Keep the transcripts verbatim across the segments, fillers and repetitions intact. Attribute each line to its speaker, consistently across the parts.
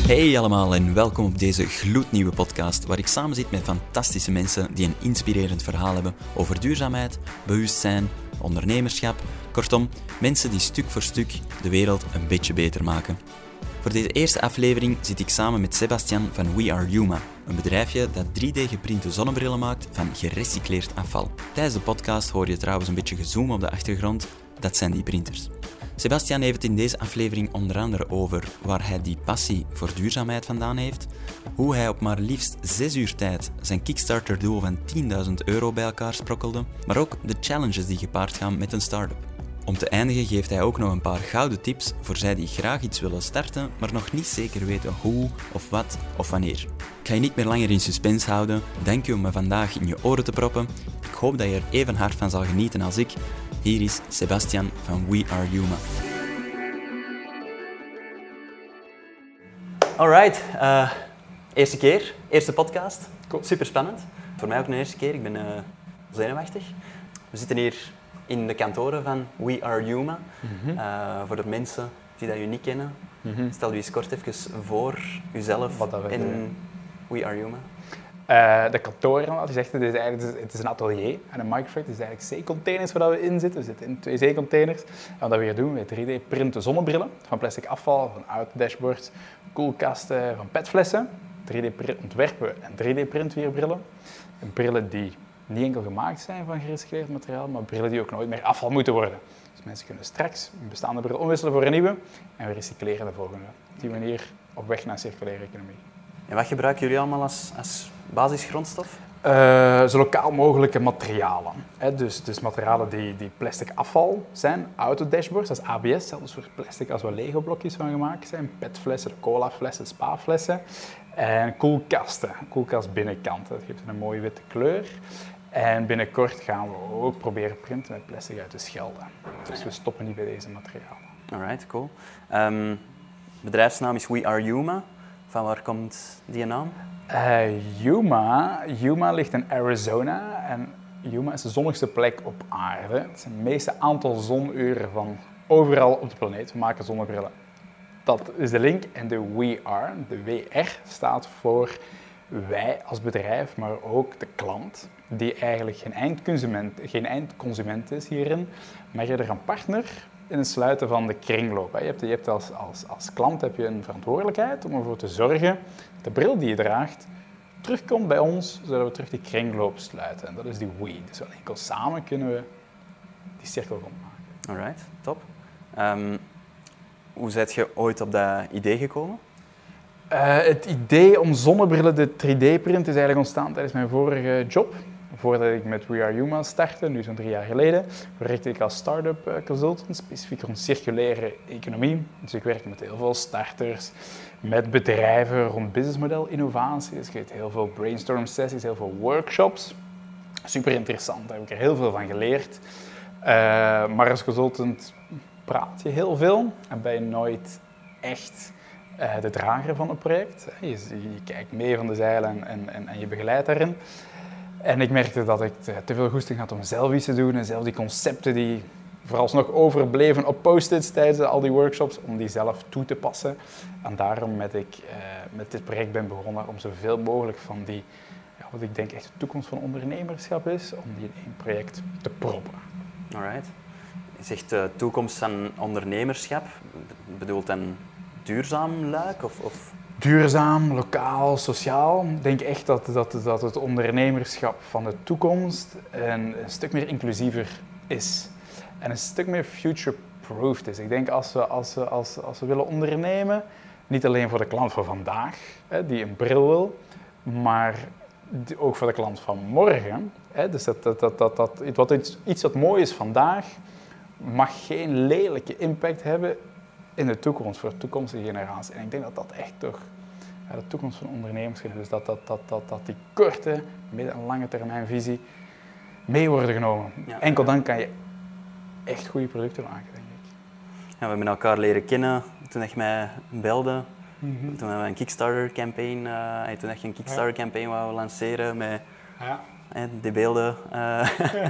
Speaker 1: Hey allemaal en welkom op deze gloednieuwe podcast waar ik samen zit met fantastische mensen die een inspirerend verhaal hebben over duurzaamheid, bewustzijn, ondernemerschap, kortom, mensen die stuk voor stuk de wereld een beetje beter maken. Voor deze eerste aflevering zit ik samen met Sebastian van We Are Yuma, een bedrijfje dat drie D-geprinte zonnebrillen maakt van gerecycleerd afval. Tijdens de podcast hoor je trouwens een beetje gezoom op de achtergrond, dat zijn die printers. Sebastian heeft het in deze aflevering onder andere over waar hij die passie voor duurzaamheid vandaan heeft, hoe hij op maar liefst zes uur tijd zijn Kickstarter-doel van tienduizend euro bij elkaar sprokkelde, maar ook de challenges die gepaard gaan met een start-up. Om te eindigen geeft hij ook nog een paar gouden tips voor zij die graag iets willen starten, maar nog niet zeker weten hoe, of wat, of wanneer. Ik ga je niet meer langer in suspense houden, dank je om me vandaag in je oren te proppen. Ik hoop dat je er even hard van zal genieten als ik. Hier is Sebastian van We Are Yuma. Alright, uh, eerste keer, eerste podcast. Cool. Super spannend. Voor mij ook een eerste keer, ik ben uh, zenuwachtig. We zitten hier in de kantoren van We Are Yuma. Mm-hmm. Uh, voor de mensen die dat je niet kennen, mm-hmm. stel je eens kort even voor jezelf en We Are Yuma.
Speaker 2: Uh, de kantoren, wat je zegt, het is, eigenlijk, het is een atelier en een microfactory. Het is eigenlijk zeecontainers waar we in zitten. We zitten in twee zeecontainers. En wat we hier doen, we drie D-printen zonnebrillen van plastic afval, van autodashboards, koelkasten, van petflessen. drie D ontwerpen en drie D-print weer brillen. En brillen die niet enkel gemaakt zijn van gerecycleerd materiaal, maar brillen die ook nooit meer afval moeten worden. Dus mensen kunnen straks een bestaande bril omwisselen voor een nieuwe en we recycleren de volgende. Op die manier op weg naar een circulaire economie.
Speaker 1: En wat gebruiken jullie allemaal als, als basisgrondstof?
Speaker 2: Uh, zo lokaal mogelijke materialen. Hè? Dus, dus materialen die, die plastic afval zijn, autodashboards, dat is A B S, hetzelfde soort plastic als waar Lego-blokjes van gemaakt zijn, petflessen, colaflessen, spaflessen en koelkasten, koelkast binnenkant. Dat geeft een mooie witte kleur. En binnenkort gaan we ook proberen printen met plastic uit de Schelde. Dus we stoppen niet bij deze materialen.
Speaker 1: Alright, cool. Um, bedrijfsnaam is We Are Yuma. Van waar komt die naam?
Speaker 2: Uh, Yuma, Yuma ligt in Arizona en Yuma is de zonnigste plek op aarde. Het is het meeste aantal zonuren van overal op de planeet. We maken zonnebrillen. Dat is de link. En de We Are, de W R, staat voor wij als bedrijf, maar ook de klant, die eigenlijk geen eindconsument, geen eindconsument is hierin, maar eerder een partner in het sluiten van de kringloop. Je hebt, je hebt als, als, als klant heb je een verantwoordelijkheid om ervoor te zorgen dat de bril die je draagt terugkomt bij ons, zodat we terug die kringloop sluiten. En dat is die we. Dus enkel samen kunnen we die cirkel rondmaken.
Speaker 1: Alright, top. Um, hoe bent je ooit op dat idee gekomen?
Speaker 2: Uh, het idee om zonnebrillen de drie D-print is eigenlijk ontstaan tijdens mijn vorige job. Voordat ik met We Are Yuma startte, nu zo'n drie jaar geleden, werkte ik als start-up consultant, specifiek rond circulaire economie. Dus ik werkte met heel veel starters, met bedrijven rond businessmodel innovatie. Dus ik deed heel veel brainstorm sessies, heel veel workshops. Super interessant, daar heb ik er heel veel van geleerd. Uh, maar als consultant praat je heel veel en ben je nooit echt uh, de drager van het project. Je, je kijkt mee van de zeilen en, en, en je begeleidt daarin. En ik merkte dat ik te veel goesting had om zelf iets te doen en zelf die concepten die vooralsnog overbleven op post-its tijdens al die workshops, om die zelf toe te passen. En daarom met ik uh, met dit project ben begonnen om zoveel mogelijk van die, ja, wat ik denk echt de toekomst van ondernemerschap is, om die in één project te proppen.
Speaker 1: Alright. Je zegt de uh, toekomst van ondernemerschap, bedoelt dan duurzaam luik of... of...
Speaker 2: Duurzaam, lokaal, sociaal. Ik denk echt dat, dat, dat het ondernemerschap van de toekomst een, een stuk meer inclusiever is. En een stuk meer future-proofed is. Ik denk als we, als, we, als, als we willen ondernemen, niet alleen voor de klant van vandaag, hè, die een bril wil, maar ook voor de klant van morgen. Hè. Dus dat, dat, dat, dat, dat, wat iets, iets wat mooi is vandaag, mag geen lelijke impact hebben in de toekomst, voor de toekomstige generatie. En ik denk dat dat echt toch ja, de toekomst van ondernemerschap is. Dus dat, dat, dat, dat, dat die korte, midden- en lange termijn visie mee worden genomen. Ja. Enkel dan kan je echt goede producten maken, denk ik.
Speaker 1: Ja, we hebben elkaar leren kennen toen je mij belde.
Speaker 2: Mm-hmm.
Speaker 1: Toen hebben we een Kickstarter campaign, uh, toen je een Kickstarter campaign wou lanceren met
Speaker 2: ja.
Speaker 1: uh, die beelden. Uh,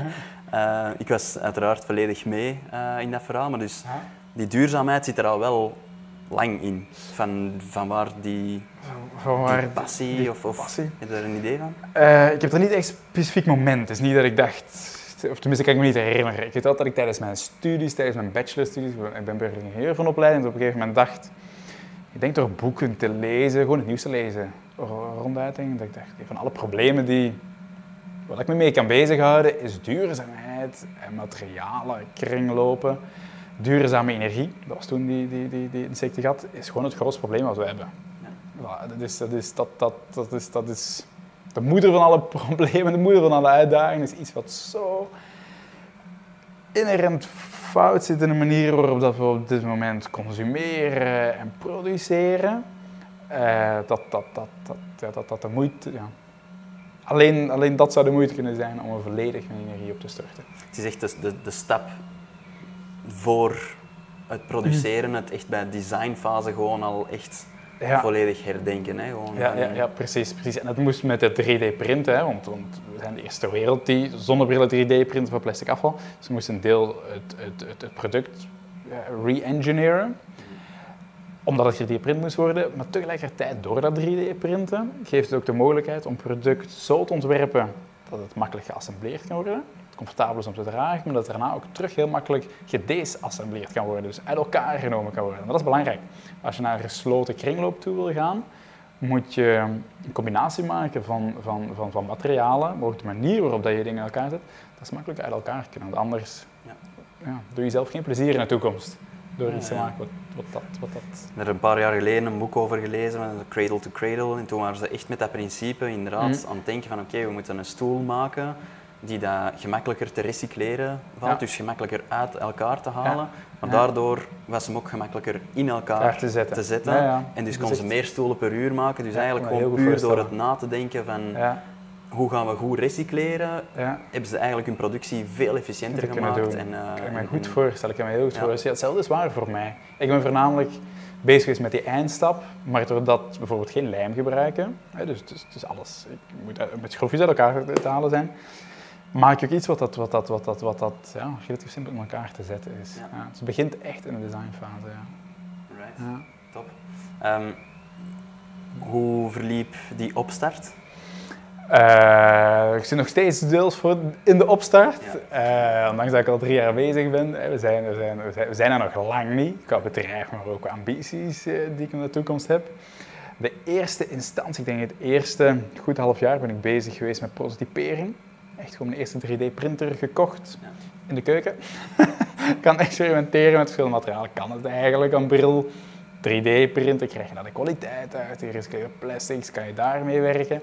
Speaker 1: uh, ik was uiteraard volledig mee uh, in dat verhaal, maar dus ja. die duurzaamheid zit er al wel lang in? Van, van waar die,
Speaker 2: van waar
Speaker 1: die passie?
Speaker 2: Die
Speaker 1: of, of
Speaker 2: passie.
Speaker 1: Heb je daar een idee van?
Speaker 2: Uh, ik heb er niet echt een specifiek moment. Het is niet dat ik dacht, of tenminste kan ik me niet herinneren. Ik weet wel dat ik tijdens mijn studies, tijdens mijn bachelorstudies, ik ben burger van opleiding, op een gegeven moment dacht, ik denk door boeken te lezen, gewoon het nieuws te lezen, ronduit denk dat ik dacht, van alle problemen die, wat ik me mee kan bezighouden, is duurzaamheid, materialen, kringlopen, duurzame energie. Dat was toen die, die, die, die insectengat, is gewoon het grootste probleem wat we hebben. Ja, dat, is, dat, is, dat, dat, dat, is, dat is de moeder van alle problemen, de moeder van alle uitdagingen, is iets wat zo inherent fout zit in de manier waarop dat we op dit moment consumeren en produceren. Uh, dat, dat, dat, dat, ja, dat, dat de moeite, ja. alleen, alleen dat zou de moeite kunnen zijn om er volledig mijn energie op te storten.
Speaker 1: Het is echt de, de, de stap voor het produceren, mm. het echt bij de designfase gewoon al echt ja. volledig herdenken. Hè? Gewoon,
Speaker 2: ja, ja, ja, precies, precies. En dat moest met de drie D printen, hè, want, want we zijn de eerste ter wereld die zonnebrillen drie D printen voor plastic afval. Dus we moesten een deel het, het, het, het product uh, re-engineeren, omdat het drie D print moest worden. Maar tegelijkertijd, door dat drie D printen, geeft het ook de mogelijkheid om het product zo te ontwerpen dat het makkelijk geassembleerd kan worden, comfortabel is om te dragen, maar dat het daarna ook terug heel makkelijk gedesassembleerd kan worden, dus uit elkaar genomen kan worden. En dat is belangrijk. Als je naar een gesloten kringloop toe wil gaan, moet je een combinatie maken van, van, van, van materialen, maar ook de manier waarop dat je dingen in elkaar zet, dat is makkelijk uit elkaar kunnen. Want anders ja. Ja, doe je zelf geen plezier in de toekomst door ja, iets te maken wat, wat, dat, wat dat...
Speaker 1: Ik heb er een paar jaar geleden een boek over gelezen, Cradle to Cradle, en toen waren ze echt met dat principe inderdaad mm. aan het denken van oké, okay, we moeten een stoel maken die dat gemakkelijker te recycleren valt, ja. dus gemakkelijker uit elkaar te halen. Ja. Maar ja. daardoor was hem ook gemakkelijker in elkaar te zetten. Te zetten. Ja, ja. En dus kon ze meer stoelen per uur maken. Dus ja, eigenlijk gewoon puur door het na te denken van ja. hoe gaan we goed recycleren, ja. hebben ze eigenlijk hun productie veel efficiënter gemaakt. En, uh,
Speaker 2: kan ik me goed voorstellen, ik kan me heel goed ja. voorstellen. Hetzelfde is waar voor mij. Ik ben voornamelijk bezig geweest met die eindstap, maar doordat we bijvoorbeeld geen lijm gebruiken, hè, dus, dus, dus alles, ik moet met schroefjes uit elkaar te halen zijn, maak je ook iets wat dat, wat dat, wat dat, wat dat ja, relatief simpel in elkaar te zetten is. Ja. Ja, dus het begint echt in de designfase. Ja.
Speaker 1: Right, ja. Top. Um, hoe verliep die opstart?
Speaker 2: Uh, ik zit nog steeds deels voor in de opstart, ja. uh, ondanks dat ik al drie jaar bezig ben. We zijn, we zijn, we zijn, we zijn er nog lang niet, qua bedrijf, maar ook qua ambities uh, die ik in de toekomst heb. De eerste instantie, ik denk het eerste goed half jaar ben ik bezig geweest met prototypering. Echt gewoon mijn eerste drie D printer gekocht ja. in de keuken. Ik kan experimenteren met verschillende materialen. Kan het eigenlijk, een bril drie D printen, krijg je daar de kwaliteit uit. Hier is plastics, kan je daarmee werken.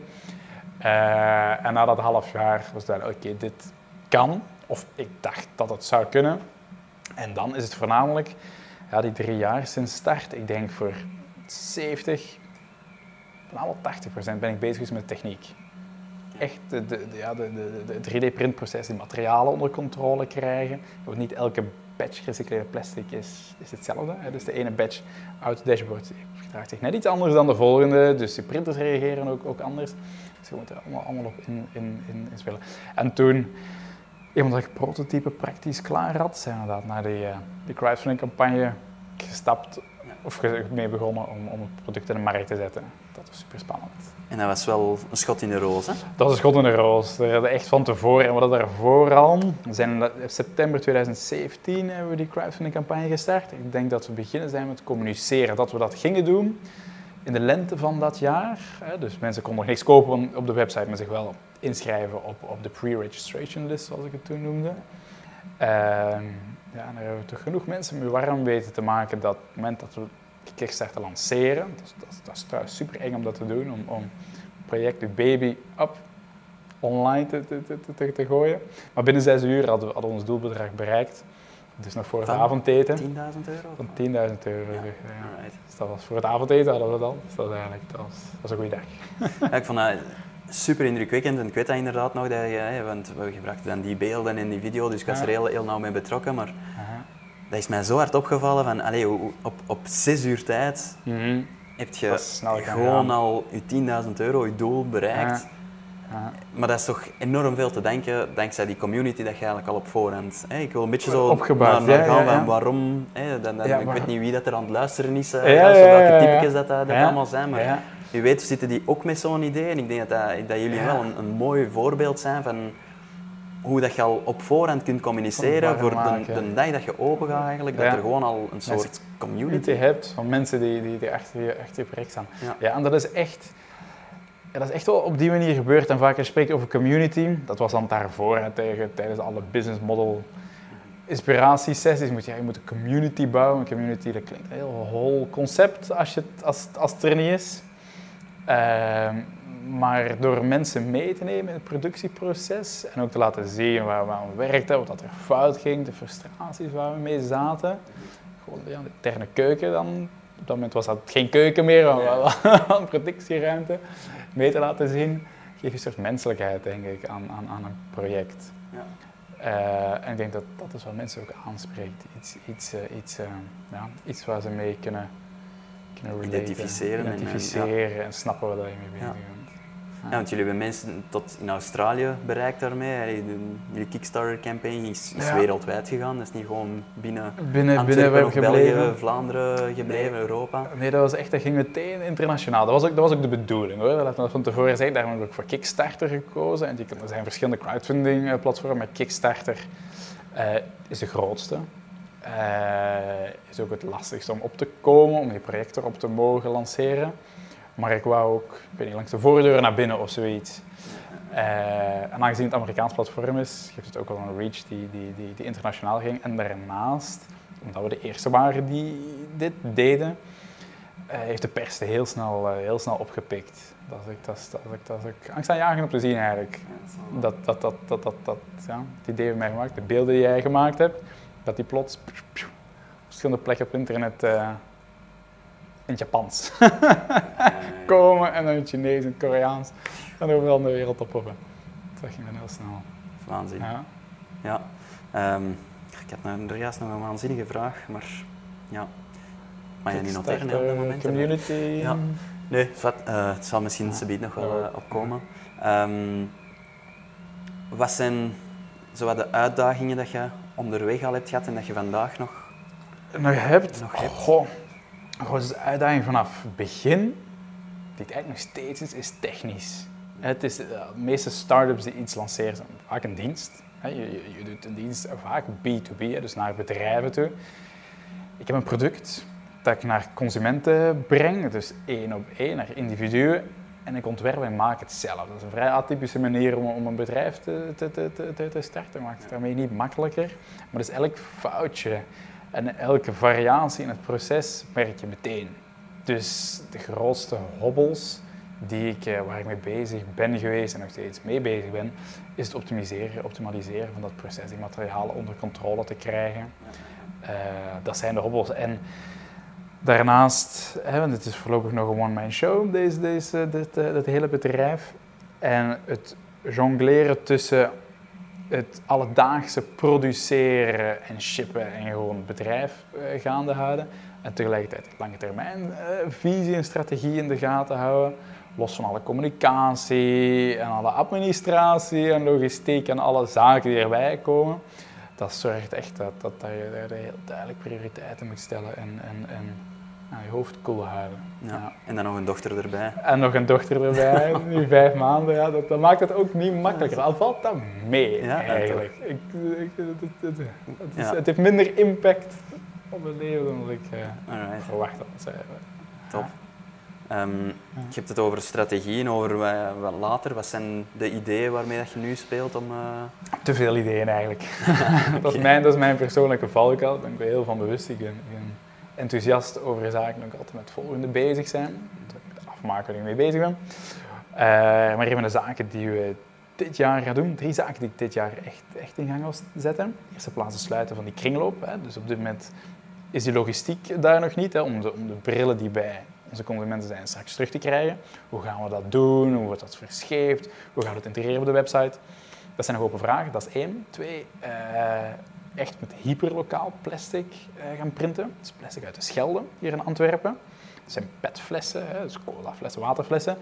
Speaker 2: Uh, en na dat half jaar was het oké, okay, dit kan. Of ik dacht dat het zou kunnen. En dan is het voornamelijk, ja, die drie jaar sinds start, ik denk voor zeventig, bijna wel tachtig procent ben ik bezig met techniek. Echt de, de, de, ja, de, de, de drie D printproces, die materialen onder controle krijgen. Want niet elke batch gerecycleerde plastic is, is hetzelfde. Hè. Dus de ene batch uit het dashboard gedraagt zich net iets anders dan de volgende. Dus de printers reageren ook, ook anders. Dus je moet er allemaal, allemaal op in, in, in, in spelen. En toen, eenmaal dat ik prototype praktisch klaar had, zijn we inderdaad naar die, uh, die crowdfunding campagne gestapt. Of mee begonnen om, om het product in de markt te zetten. Dat was super spannend.
Speaker 1: En dat was wel een schot in de roos, hè?
Speaker 2: Dat was een schot in de roos. We hadden echt van tevoren, en we hadden daarvoor al, we zijn in september twintig zeventien hebben we die crowdfunding campagne gestart. Ik denk dat we beginnen zijn met communiceren, dat we dat gingen doen in de lente van dat jaar. Dus mensen konden nog niks kopen op de website, maar zich wel inschrijven op, op de pre-registration list, zoals ik het toen noemde. Uh, ja, en daar hebben we toch genoeg mensen mee warm weten te maken dat op het moment dat we Kickstarter lanceren, dat is, dat, is, dat is trouwens super eng om dat te doen, om, om het project, de baby up, online te, te, te, te, te gooien. Maar binnen zes uur hadden we, hadden we ons doelbedrag bereikt. Dus nog voor het van avondeten.
Speaker 1: tienduizend euro?
Speaker 2: Van tienduizend euro. Ja. Ja.
Speaker 1: Right.
Speaker 2: Dus dat was voor het avondeten hadden we dat. Dus dat was eigenlijk dat was, dat was een goede dag.
Speaker 1: Ja, ik vond dat super indrukwekkend en ik weet dat inderdaad nog, dat je, want we gebruikten dan die beelden en die video, dus ik was ja. er heel, heel nauw mee betrokken. Maar aha. Dat is mij zo hard opgevallen van, allee, op, op zes uur tijd mm-hmm. heb je gewoon gaan. al je tienduizend euro, je doel bereikt. Ja.
Speaker 2: Ja.
Speaker 1: Maar dat is toch enorm veel te denken, dankzij die community dat je eigenlijk al op voorhand... Hè, ik wil een beetje zo
Speaker 2: opgebouwd,
Speaker 1: naar, naar gaan
Speaker 2: ja, ja, ja.
Speaker 1: van waarom... Hè, dan, dan,
Speaker 2: Ja,
Speaker 1: ik
Speaker 2: maar...
Speaker 1: weet niet wie dat er aan het luisteren is, uh,
Speaker 2: ja, ja,
Speaker 1: of
Speaker 2: ja,
Speaker 1: welke
Speaker 2: ja, ja.
Speaker 1: typetjes dat, dat
Speaker 2: ja.
Speaker 1: allemaal zijn, maar
Speaker 2: ja.
Speaker 1: wie weet zitten die ook met zo'n idee. En ik denk dat, dat, dat jullie
Speaker 2: ja.
Speaker 1: wel een, een mooi voorbeeld zijn van hoe dat je al op voorhand kunt communiceren voor de, de dag dat je open gaat eigenlijk, dat
Speaker 2: ja.
Speaker 1: er gewoon al een soort community
Speaker 2: hebt van mensen die, die, die achter je, achter je project staan.
Speaker 1: Ja.
Speaker 2: Ja, en dat is echt... Ja, dat is echt wel op die manier gebeurd. En vaak spreek je over community. Dat was dan daarvoor, hè, tegen, tijdens alle business model inspiratiesessies. Moet je, je moet een community bouwen. Een community, dat klinkt een heel hol concept als, je het, als, als het er niet is. Uh, maar door mensen mee te nemen in het productieproces en ook te laten zien waar we aan werkten, wat dat er fout ging, de frustraties waar we mee zaten. Gewoon ja, de interne keuken dan. Op dat moment was dat geen keuken meer, maar wel een productieruimte. Mee te laten zien, geef je een soort menselijkheid, denk ik, aan, aan, aan een project.
Speaker 1: Ja.
Speaker 2: Uh, en ik denk dat dat is wat mensen ook aanspreekt. Iets, iets, uh, iets, uh, ja, iets waar ze mee kunnen, kunnen relaten,
Speaker 1: identificeren,
Speaker 2: identificeren
Speaker 1: en, ja.
Speaker 2: en snappen waar je mee bezig bent.
Speaker 1: Ja. Ja, want jullie hebben mensen tot in Australië bereikt daarmee. Jullie Kickstarter-campaign is, is ja. wereldwijd gegaan. Dat is niet gewoon binnen,
Speaker 2: binnen
Speaker 1: Antwerpen
Speaker 2: binnen
Speaker 1: of
Speaker 2: gebleven.
Speaker 1: België, Vlaanderen gebleven,
Speaker 2: nee.
Speaker 1: Europa.
Speaker 2: Nee, dat was echt, dat ging meteen internationaal. Dat was ook, dat was ook de bedoeling, hoor. Laten we dat van tevoren zeggen. Daarom heb ik voor Kickstarter gekozen. En die, er zijn verschillende crowdfunding-platformen, maar Kickstarter uh, is de grootste. Uh, is ook het lastigste om op te komen, om die projecten erop te mogen lanceren. Maar ik wou ook, ik weet niet, langs de voordeur naar binnen of zoiets. Uh, en aangezien het een Amerikaans platform is, geeft het ook wel een reach die, die, die, die internationaal ging. En daarnaast, omdat we de eerste waren die dit deden, uh, heeft de pers het heel snel, uh, heel snel opgepikt. Dat is, dat is, dat is, dat is ook angstaanjagend om te zien eigenlijk. Dat, dat, dat, dat, dat, dat, ja, het idee van mij gemaakt, de beelden die jij gemaakt hebt, dat die plots op verschillende plekken op internet... Uh, in het Japans komen en dan in het Chinees en het Koreaans en overal in de wereld oppoppen. Dat ging dan heel snel.
Speaker 1: Waanzin.
Speaker 2: Ja.
Speaker 1: Ja. Um, ik had nou, er juist nog een waanzinnige vraag, maar ja. Maar je niet noteren op dat moment.
Speaker 2: Community.
Speaker 1: Ja. Nee, vat, uh, het zal misschien ja. niet nog wel uh, opkomen. Um, wat zijn zo de uitdagingen dat je onderweg al hebt gehad en dat je vandaag nog,
Speaker 2: nog hebt?
Speaker 1: Nog hebt?
Speaker 2: Goh. De grootste uitdaging vanaf het begin, die het eigenlijk nog steeds is, is technisch. Het is, uh, de meeste start-ups die iets lanceren zijn vaak een dienst. Je, je, je doet een dienst vaak B twee B, dus naar bedrijven toe. Ik heb een product dat ik naar consumenten breng, dus één op één, naar individuen. En ik ontwerp en maak het zelf. Dat is een vrij atypische manier om, om een bedrijf te, te, te, te, te starten. Maakt het daarmee niet makkelijker. Maar dus elk foutje en elke variatie in het proces merk je meteen. Dus de grootste hobbels die ik, waar ik mee bezig ben geweest en nog steeds mee bezig ben, is het optimiseren, optimaliseren van dat proces, die materialen onder controle te krijgen. Uh, dat zijn de hobbels. En daarnaast, hè, want het is voorlopig nog een one-man show, deze, deze, dit, uh, dit hele bedrijf. En het jongleren tussen het alledaagse produceren en shippen en gewoon het bedrijf uh, gaande houden. En tegelijkertijd lange termijn uh, visie en strategie in de gaten houden. Los van alle communicatie en alle administratie en logistiek en alle zaken die erbij komen. Dat zorgt echt dat, dat je daar heel duidelijk prioriteiten moet stellen en, en, en nou, je hoofd koel houden.
Speaker 1: Ja. Ja. En dan nog een dochter erbij.
Speaker 2: En nog een dochter erbij, nu vijf maanden. Ja, dat, dat maakt het ook niet makkelijker. Al valt dat mee ja, eigenlijk. Ik, ik, het, het, het, het, is, ja. het heeft minder impact op het leven dan ik uh, verwacht had.
Speaker 1: Top. Um, ja. Je hebt het over strategieën, over wat, wat later. Wat zijn de ideeën waarmee dat je nu speelt? Om, uh...
Speaker 2: Te veel ideeën eigenlijk. okay. dat, is mijn, dat is mijn persoonlijke valkuil. Daar ben ik me heel van bewust. Ik ben, ik ben enthousiast over zaken, ook altijd met het volgende bezig zijn. Het afmaken waar ik mee bezig ben. Uh, maar een van de zaken die we dit jaar gaan doen, drie zaken die ik dit jaar echt, echt in gang wil zetten. In de eerste plaats het sluiten van die kringloop. Hè. Dus op dit moment is die logistiek daar nog niet, hè, om, de, om de brillen die bij onze consumenten zijn straks terug te krijgen. Hoe gaan we dat doen? Hoe wordt dat verscheept? Hoe gaan we het integreren op de website? Dat zijn nog open vragen, dat is één. Twee, uh, echt met hyperlokaal plastic uh, gaan printen. Dat is plastic uit de Schelde, hier in Antwerpen. Dat zijn petflessen, hè, dus colaflessen, waterflessen.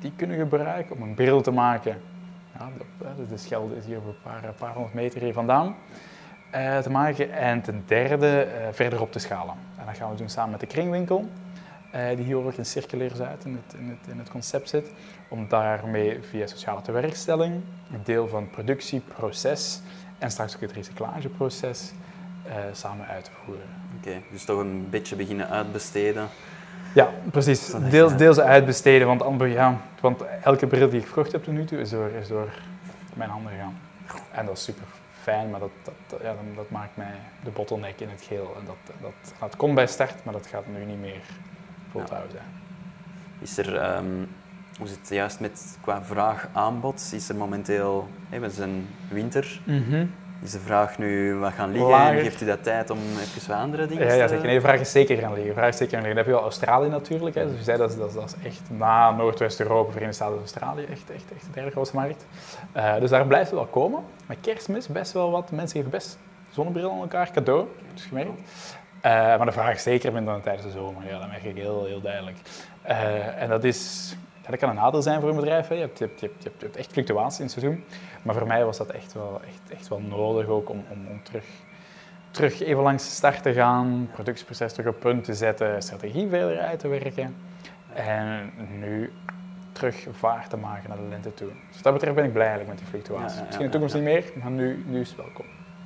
Speaker 2: die kunnen gebruiken om een bril te maken. Ja, de, de Schelde is hier op een paar, een paar honderd meter hier vandaan. Uh, te maken. En ten derde uh, verder op te schalen. En dat gaan we doen samen met de Kringwinkel, uh, die hier ook in Circulair Zuid in het, in, het, in het concept zit, om daarmee via sociale tewerkstelling een deel van het productieproces en straks ook het recyclageproces uh, samen uit te voeren.
Speaker 1: Oké, okay, dus toch een beetje beginnen uitbesteden.
Speaker 2: Ja, precies. Deels, deels uitbesteden, want, ja, want elke bril die ik verkocht heb tot nu toe is door, is door mijn handen gegaan. En dat is super fijn, maar dat, dat, ja, dat maakt mij de bottleneck in het geheel. En dat, dat, dat komt bij start, maar dat gaat nu niet meer vol te houden zijn.
Speaker 1: Is er, um, hoe zit het juist met qua vraag-aanbod? Is er momenteel, hey, we zijn winter, mm-hmm. Is de vraag nu wat gaan liggen Lager. En geeft u dat tijd om even wat andere dingen
Speaker 2: ja,
Speaker 1: te...
Speaker 2: Ja, zeker. Nee, de vraag is zeker gaan liggen. De vraag is zeker gaan liggen. Dan heb je al Australië natuurlijk. Hè. Dus je zei dat, dat, dat is echt na Noordwest-Europa, Verenigde Staten en Australië echt, echt, echt de derde grootste markt. Uh, dus daar blijft het wel komen. Maar kerstmis best wel wat. Mensen geven best zonnebril aan elkaar cadeau. Dus gemerkt. Uh, maar de vraag is zeker minder dan tijdens de zomer. Ja, dat merk ik heel, heel duidelijk. Uh, en dat is... Ja, dat kan een nadeel zijn voor een bedrijf. Hè. Je, hebt, je, hebt, je, hebt, je hebt echt fluctuatie in het seizoen. Maar voor mij was dat echt wel, echt, echt wel nodig ook om, om, om terug, terug even langs de start te gaan, het productieproces terug op punt te zetten, strategie verder uit te werken en nu terug vaart te maken naar de lente toe. Dus wat dat betreft ben ik blij eigenlijk met die fluctuatie. Ja, ja, ja, Misschien in de toekomst ja, ja. niet meer, maar nu, nu is het welkom.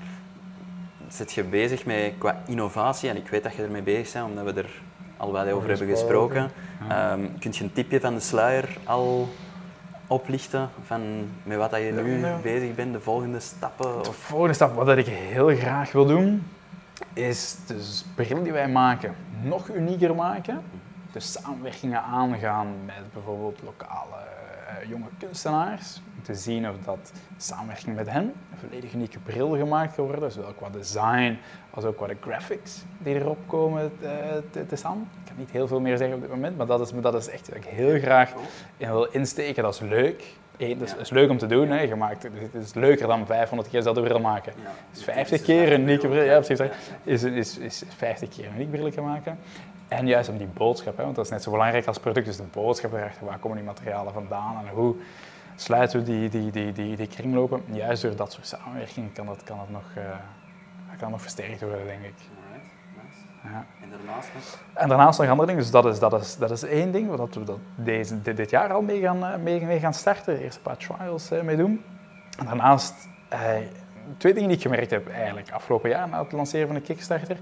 Speaker 1: Zit je bezig met qua innovatie? En ik weet dat je ermee bezig bent, omdat we er al wat over hebben gesproken. Ja. Um, kun je een tipje van de sluier al oplichten van met wat je nu ja, ja. bezig bent, de volgende stappen?
Speaker 2: De volgende stap, wat ik heel graag wil doen, is de bril die wij maken nog unieker maken. De samenwerkingen aangaan met bijvoorbeeld lokale uh, jonge kunstenaars. Om te zien of dat samenwerking met hen een volledig unieke bril gemaakt kan worden. Zowel qua design als ook qua de graphics die erop komen te, te, te staan. Ik kan niet heel veel meer zeggen op dit moment, maar dat is, dat is echt wat ik heel graag in wil insteken. Dat is leuk. Eén, dat is, is leuk om te doen. Hè. Je maakt, het is leuker dan vijfhonderd keer dezelfde bril maken. Dus vijftig keer een unieke bril, ja, precies, is, is, is vijftig keer een unieke bril gaan maken. En juist om die boodschap, hè, want dat is net zo belangrijk als product, dus de boodschap erachter, waar komen die materialen vandaan en hoe sluiten we die, die, die, die, die kringlopen. Juist door dat soort samenwerking kan dat, kan dat, nog, uh, kan nog versterkt worden, denk ik.
Speaker 1: Alright, nice.
Speaker 2: Ja.
Speaker 1: En daarnaast nog?
Speaker 2: En daarnaast nog andere dingen, dus dat is, dat is, dat is één ding, waar we dat deze, dit, dit jaar al mee gaan, mee, mee gaan starten, eerst een paar trials uh, mee doen. En daarnaast, uh, twee dingen die ik gemerkt heb eigenlijk afgelopen jaar na het lanceren van de Kickstarter.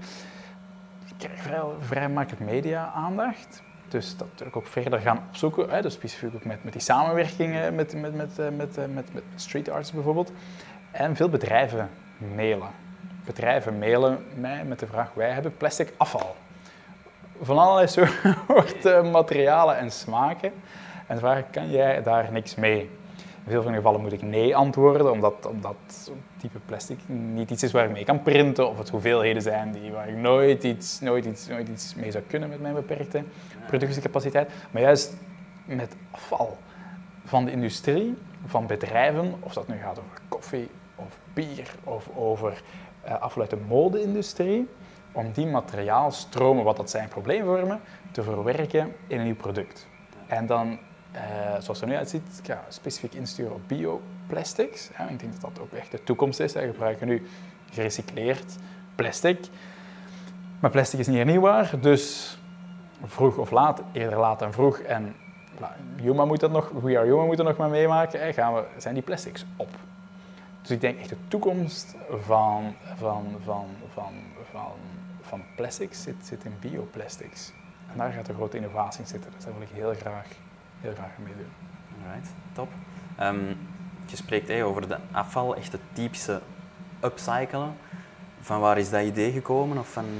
Speaker 2: Ik krijg vrij, vrij makkelijk media aandacht. Dus dat wil ik ook verder gaan opzoeken. Hè? Dus specifiek ook met, met die samenwerkingen met, met, met, met, met, met, met street arts bijvoorbeeld. En veel bedrijven mailen. Bedrijven mailen mij met de vraag, wij hebben plastic afval. Van allerlei soorten materialen en smaken. En de vraag, kan jij daar niks mee? In veel van de gevallen moet ik nee antwoorden, omdat, omdat zo'n type plastic niet iets is waar ik mee kan printen, of het hoeveelheden zijn die, waar ik nooit iets, nooit, iets, nooit iets mee zou kunnen met mijn beperkte productiecapaciteit. Maar juist met afval van de industrie, van bedrijven, of dat nu gaat over koffie of bier of over uh, afval uit de mode-industrie, om die materiaalstromen, wat dat zijn probleemvormen, te verwerken in een nieuw product. En dan Uh, zoals het er nu uitziet, ik ga specifiek insturen op bioplastics. Ja, ik denk dat dat ook echt de toekomst is. We gebruiken nu gerecycleerd plastic. Maar plastic is niet hernieuwbaar, dus vroeg of laat, eerder laat dan vroeg. En Yuma moet dat nog, We Are Yuma moet dat nog maar meemaken. Hè, gaan we, zijn die plastics op. Dus ik denk echt de toekomst van, van, van, van, van, van plastics zit, zit in bioplastics. En daar gaat de grote innovatie in zitten. Dus daar wil ik heel graag heel graag mee doen.
Speaker 1: Alright, top. Um, je spreekt hey, over de afval, echt het typische upcyclen. Van waar is dat idee gekomen? Of van...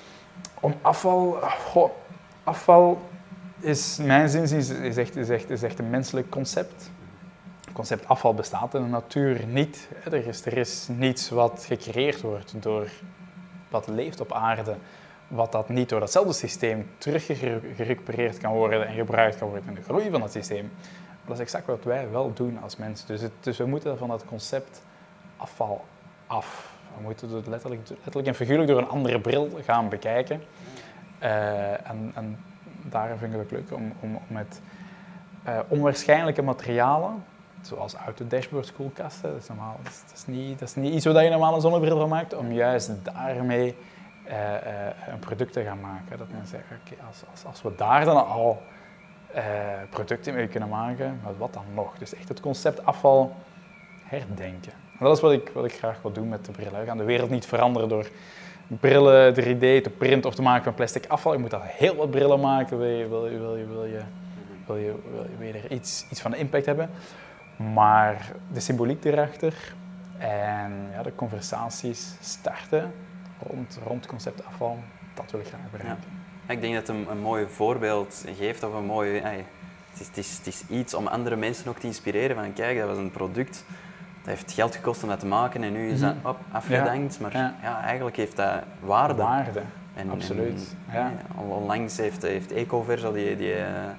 Speaker 2: Om afval... Goh, afval is, mijn zin is, is, echt, is, echt, is echt een menselijk concept. Het concept afval bestaat in de natuur niet. Er is, er is niets wat gecreëerd wordt door wat leeft op aarde, wat dat niet door datzelfde systeem teruggerecupereerd kan worden en gebruikt kan worden in de groei van het systeem. Dat is exact wat wij wel doen als mensen. Dus, het, dus we moeten van dat concept afval af. We moeten het letterlijk, letterlijk en figuurlijk door een andere bril gaan bekijken. Uh, en, en daar vind ik het ook leuk om, om met uh, onwaarschijnlijke materialen, zoals autodashboards, koelkasten. Dat is, normaal, dat is, dat is, niet, dat is niet iets waar je normaal een zonnebril van maakt, om juist daarmee uh, uh, een product te gaan maken. Dat men zegt, oké, okay, als, als, als we daar dan al uh, producten mee kunnen maken, maar wat dan nog? Dus echt het concept afval herdenken. En dat is wat ik, wat ik graag wil doen met de brillen. We gaan de wereld niet veranderen door brillen drie D te printen of te maken van plastic afval. Je moet al heel wat brillen maken, wil je, wil je, wil je, wil je, wil je, wil je, wil je er iets, iets van impact hebben. Maar de symboliek erachter en ja, de conversaties starten rond, rond het concept afval, dat wil ik graag bereiken.
Speaker 1: Ja. Ik denk dat het een, een mooi voorbeeld geeft of een mooi... Ay, het, is, het, is, het is iets om andere mensen ook te inspireren van kijk, dat was een product, dat heeft geld gekost om dat te maken en nu is dat op, afgedankt, ja. maar ja. Ja, eigenlijk heeft dat waarde.
Speaker 2: Waarde,
Speaker 1: en,
Speaker 2: absoluut.
Speaker 1: En,
Speaker 2: ja.
Speaker 1: Ja, onlangs heeft, heeft Ecoverso die... die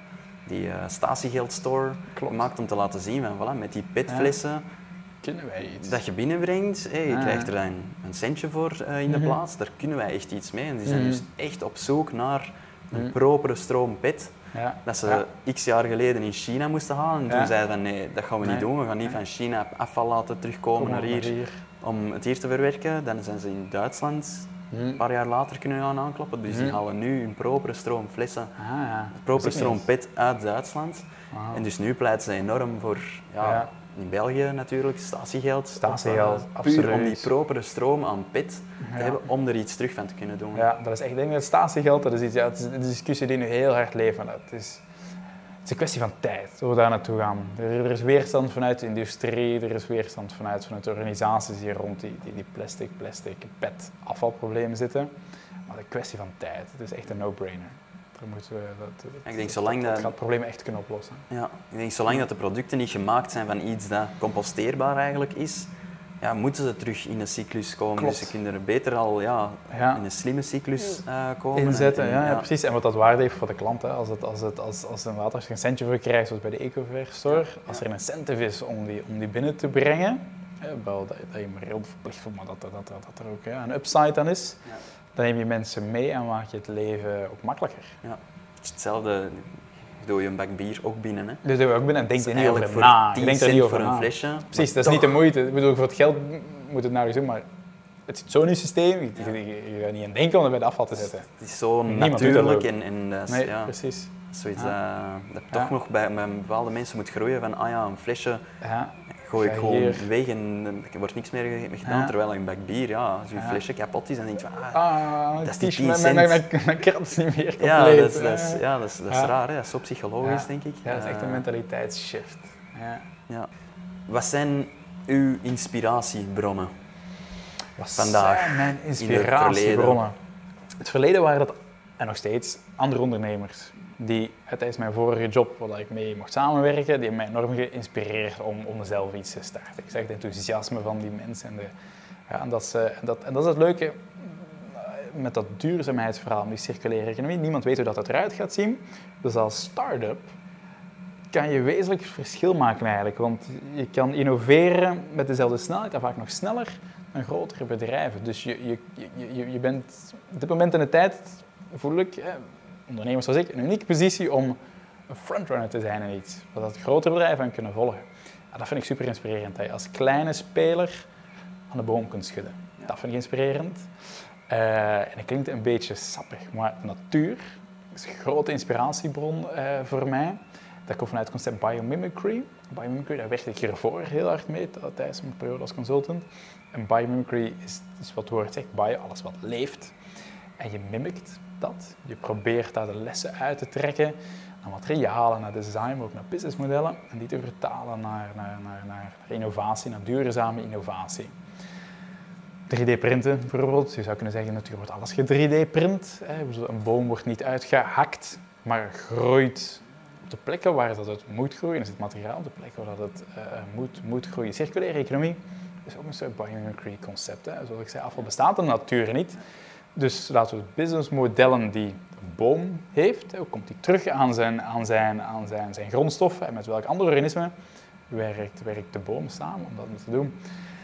Speaker 1: die uh, statiegeldstore gemaakt om te laten zien van, voilà, met die petflessen ja.
Speaker 2: kunnen wij iets.
Speaker 1: Dat je binnenbrengt, hey, je ah, krijgt er dan een centje voor uh, in de mm-hmm. plaats, daar kunnen wij echt iets mee. En die zijn mm-hmm. dus echt op zoek naar een mm-hmm. propere stroom pet. Ja. Dat ze ja. x jaar geleden in China moesten halen. En ja. toen zeiden ze van nee, dat gaan we nee. niet doen. We gaan niet nee. van China afval laten terugkomen naar hier, naar hier om het hier te verwerken. Dan zijn ze in Duitsland een paar jaar later kunnen gaan aankloppen. Dus die halen nu een propere stroom flessen, ah, ja. een propere stroom pet uit Duitsland. Wow. En dus nu pleiten ze enorm voor, ja, ja. in België natuurlijk, statiegeld.
Speaker 2: Statiegeld,
Speaker 1: uh,
Speaker 2: absoluut.
Speaker 1: Puur om die propere stroom aan pet te ja. hebben, om er iets terug van te kunnen doen.
Speaker 2: Ja, dat is echt, ik denk dat statiegeld, dat is iets, ja, het is een discussie die nu heel hard leeft. Het is, het is een kwestie van tijd, hoe we daar naartoe gaan. Er, er is weerstand vanuit de industrie, er is weerstand vanuit, vanuit de organisaties die rond die, die, die plastic, plastic, pet, afvalproblemen zitten. Maar een kwestie van tijd, het is echt een no-brainer. Daar moeten we, dat, dat,
Speaker 1: ik denk, zolang dat,
Speaker 2: dat gaat het probleem echt kunnen oplossen.
Speaker 1: Ja, ik denk, zolang dat de producten niet gemaakt zijn van iets dat composteerbaar eigenlijk is, ja, moeten ze terug in een cyclus komen. Klopt. Dus ze kunnen er beter al ja, ja. in een slimme cyclus uh, komen.
Speaker 2: Inzetten, en, en, ja, ja, precies. En wat dat waarde heeft voor de klant. Hè. Als, het, als, het, als, als een water als je een centje voor krijgt, zoals bij de Ecoverso Store, ja. als er een incentive is om die, om die binnen te brengen, hè, wel dat, dat je maar heel verplicht voelt, maar dat, dat, dat, dat er ook ja, een upside aan is, ja. dan neem je mensen mee en maak je het leven ook makkelijker.
Speaker 1: Ja. Het is hetzelfde. Doe je een bak bier ook binnen. Hè?
Speaker 2: Dus doe je ook binnen en denk er niet over na.
Speaker 1: Je denkt er niet over een flesje.
Speaker 2: Precies, dat is niet de moeite. Ik bedoel, voor het geld moet het nou eens doen, maar het zit zo in je systeem, je, ja. je, je, je gaat niet aan denken om er bij de afval te zetten.
Speaker 1: Het is zo natuurlijk en, en dat is,
Speaker 2: nee,
Speaker 1: ja,
Speaker 2: precies.
Speaker 1: Zoiets ja. dat, dat ja. toch nog bij, bij bepaalde mensen moet groeien van, ah ja, een flesje ja. gooi ik gewoon hier. weg en er wordt niks meer gedaan, ja. terwijl een bak bier, ja, als je ja. flesje kapot is, dan denk je van, ah,
Speaker 2: ah
Speaker 1: dat is die tien cent.
Speaker 2: Mijn, mijn, mijn, mijn krant is niet meer compleet.
Speaker 1: Ja, dat is, dat is, ja, dat is, dat is ja. raar, hè? Dat is zo psychologisch,
Speaker 2: ja.
Speaker 1: denk ik.
Speaker 2: Ja, dat is echt een mentaliteitsshift. Ja.
Speaker 1: Ja. Wat zijn uw inspiratiebronnen?
Speaker 2: Wat
Speaker 1: vandaag,
Speaker 2: zijn mijn inspiratiebronnen? Het, het verleden waren dat, en nog steeds, andere ondernemers. Die tijdens mijn vorige job, waar ik mee mocht samenwerken, die hebben mij enorm geïnspireerd om, om zelf iets te starten. Ik zeg het enthousiasme van die mensen. En, de, ja, en, dat, ze, en, dat, en dat is het leuke met dat duurzaamheidsverhaal, die circulaire economie. Niemand weet hoe dat eruit gaat zien. Dus als start-up kan je wezenlijk verschil maken eigenlijk. Want je kan innoveren met dezelfde snelheid en vaak nog sneller dan grotere bedrijven. Dus je, je, je, je bent op dit moment in de tijd, voel ik, eh, ondernemers zoals ik, in een unieke positie om een frontrunner te zijn in iets. Wat grotere bedrijven aan kunnen volgen. Ja, dat vind ik super inspirerend. Dat je als kleine speler aan de boom kunt schudden. Ja. Dat vind ik inspirerend. Uh, en het klinkt een beetje sappig, maar de natuur is een grote inspiratiebron uh, voor mij. Dat komt vanuit het concept biomimicry. Biomimicry, daar werkte ik hiervoor heel hard mee tijdens mijn periode als consultant. En biomimicry is, is wat het woord zegt, bio, alles wat leeft. En je mimikt dat. Je probeert daar de lessen uit te trekken, naar materialen, naar design, maar ook naar businessmodellen. En die te vertalen naar, naar, naar, naar innovatie, naar duurzame innovatie. drie D printen bijvoorbeeld. Je zou kunnen zeggen, natuurlijk wordt alles ge drie D print. Een boom wordt niet uitgehakt, maar groeit op de plekken waar dat het moet groeien. Dat is het materiaal op de plekken waar dat het uh, moet, moet groeien. Circulaire economie is ook een soort biomimicry concept. Hè. Zoals ik zei, afval bestaat in de natuur niet. Dus laten we de businessmodellen die een boom heeft, hoe komt die terug aan zijn, aan zijn, aan zijn, zijn grondstoffen en met welk ander organisme werkt, werkt de boom samen om dat te doen.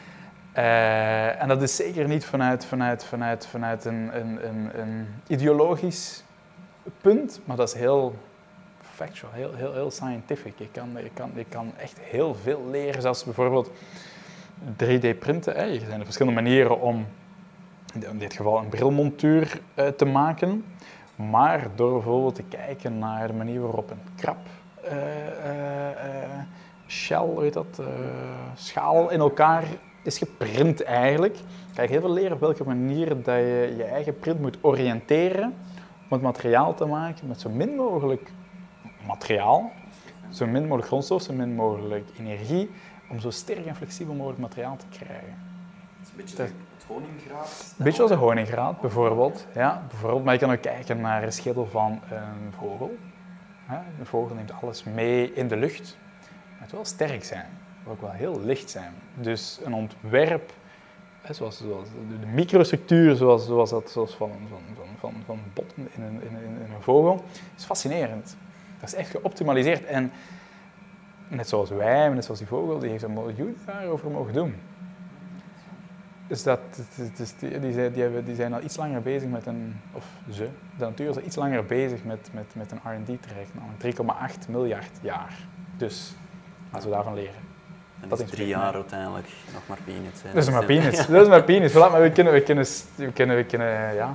Speaker 2: Uh, en dat is zeker niet vanuit, vanuit, vanuit, vanuit een, een, een, een ideologisch punt, maar dat is heel factual, heel, heel, heel scientific. Je kan, je, kan, je kan echt heel veel leren, zoals bijvoorbeeld drie D printen. Hè. Er zijn verschillende manieren om in dit geval een brilmontuur uh, te maken. Maar door bijvoorbeeld te kijken naar de manier waarop een krab uh, uh, uh, shell, weet dat, uh, schaal in elkaar is geprint eigenlijk, kan je heel veel leren op welke manier dat je je eigen print moet oriënteren om het materiaal te maken met zo min mogelijk materiaal, zo min mogelijk grondstof, zo min mogelijk energie, om zo sterk en flexibel mogelijk materiaal te krijgen.
Speaker 1: Het is een beetje het honingraad.
Speaker 2: Een beetje als een honingraad, bijvoorbeeld. Ja, bijvoorbeeld. Maar je kan ook kijken naar de schedel van een vogel. Een vogel neemt alles mee in de lucht. Het moet wel sterk zijn, maar ook wel heel licht zijn. Dus een ontwerp, zoals, zoals de microstructuur, zoals, zoals dat zoals van, van, van, van, van botten in een, in, een, in een vogel, is fascinerend. Dat is echt geoptimaliseerd. En net zoals wij, net zoals die vogel, die heeft er miljoen jaar over mogen doen. Dus dat, dus die, die, zijn, die, hebben, die zijn al iets langer bezig met een, of ze, de natuur is al iets langer bezig met, met, met een R en D-traject, namelijk drie komma acht miljard jaar. Dus, laten we daarvan leren.
Speaker 1: En dat is drie jaar uiteindelijk nog maar peanuts.
Speaker 2: Dat is maar peanuts, dat is maar peanuts. Voilà, maar we kunnen, we kunnen, we kunnen, we kunnen ja,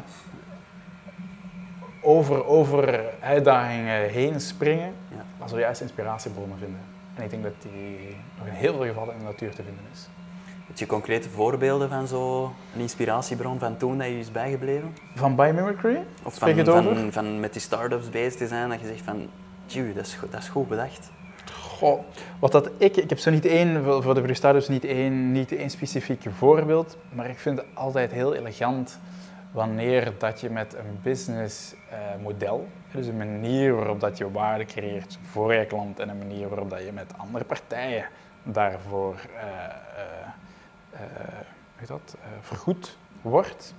Speaker 2: over, over uitdagingen heen springen, ja, als we juist inspiratiebronnen vinden. En ik denk dat die nog in heel veel gevallen in de natuur te vinden is.
Speaker 1: Heb je concrete voorbeelden van zo'n inspiratiebron van toen dat je is bijgebleven?
Speaker 2: Van biomimicry?
Speaker 1: Of van, van, van met die start-ups bezig te zijn, dat je zegt van, tjoe, dat is, dat is goed bedacht.
Speaker 2: Goh, wat dat ik, ik heb zo niet één, voor de, voor de start-ups niet één, niet één specifiek voorbeeld, maar ik vind het altijd heel elegant wanneer dat je met een businessmodel, uh, dus een manier waarop dat je waarde creëert voor je klant en een manier waarop dat je met andere partijen daarvoor uh, uh, uh, weet dat, uh, vergoed wordt.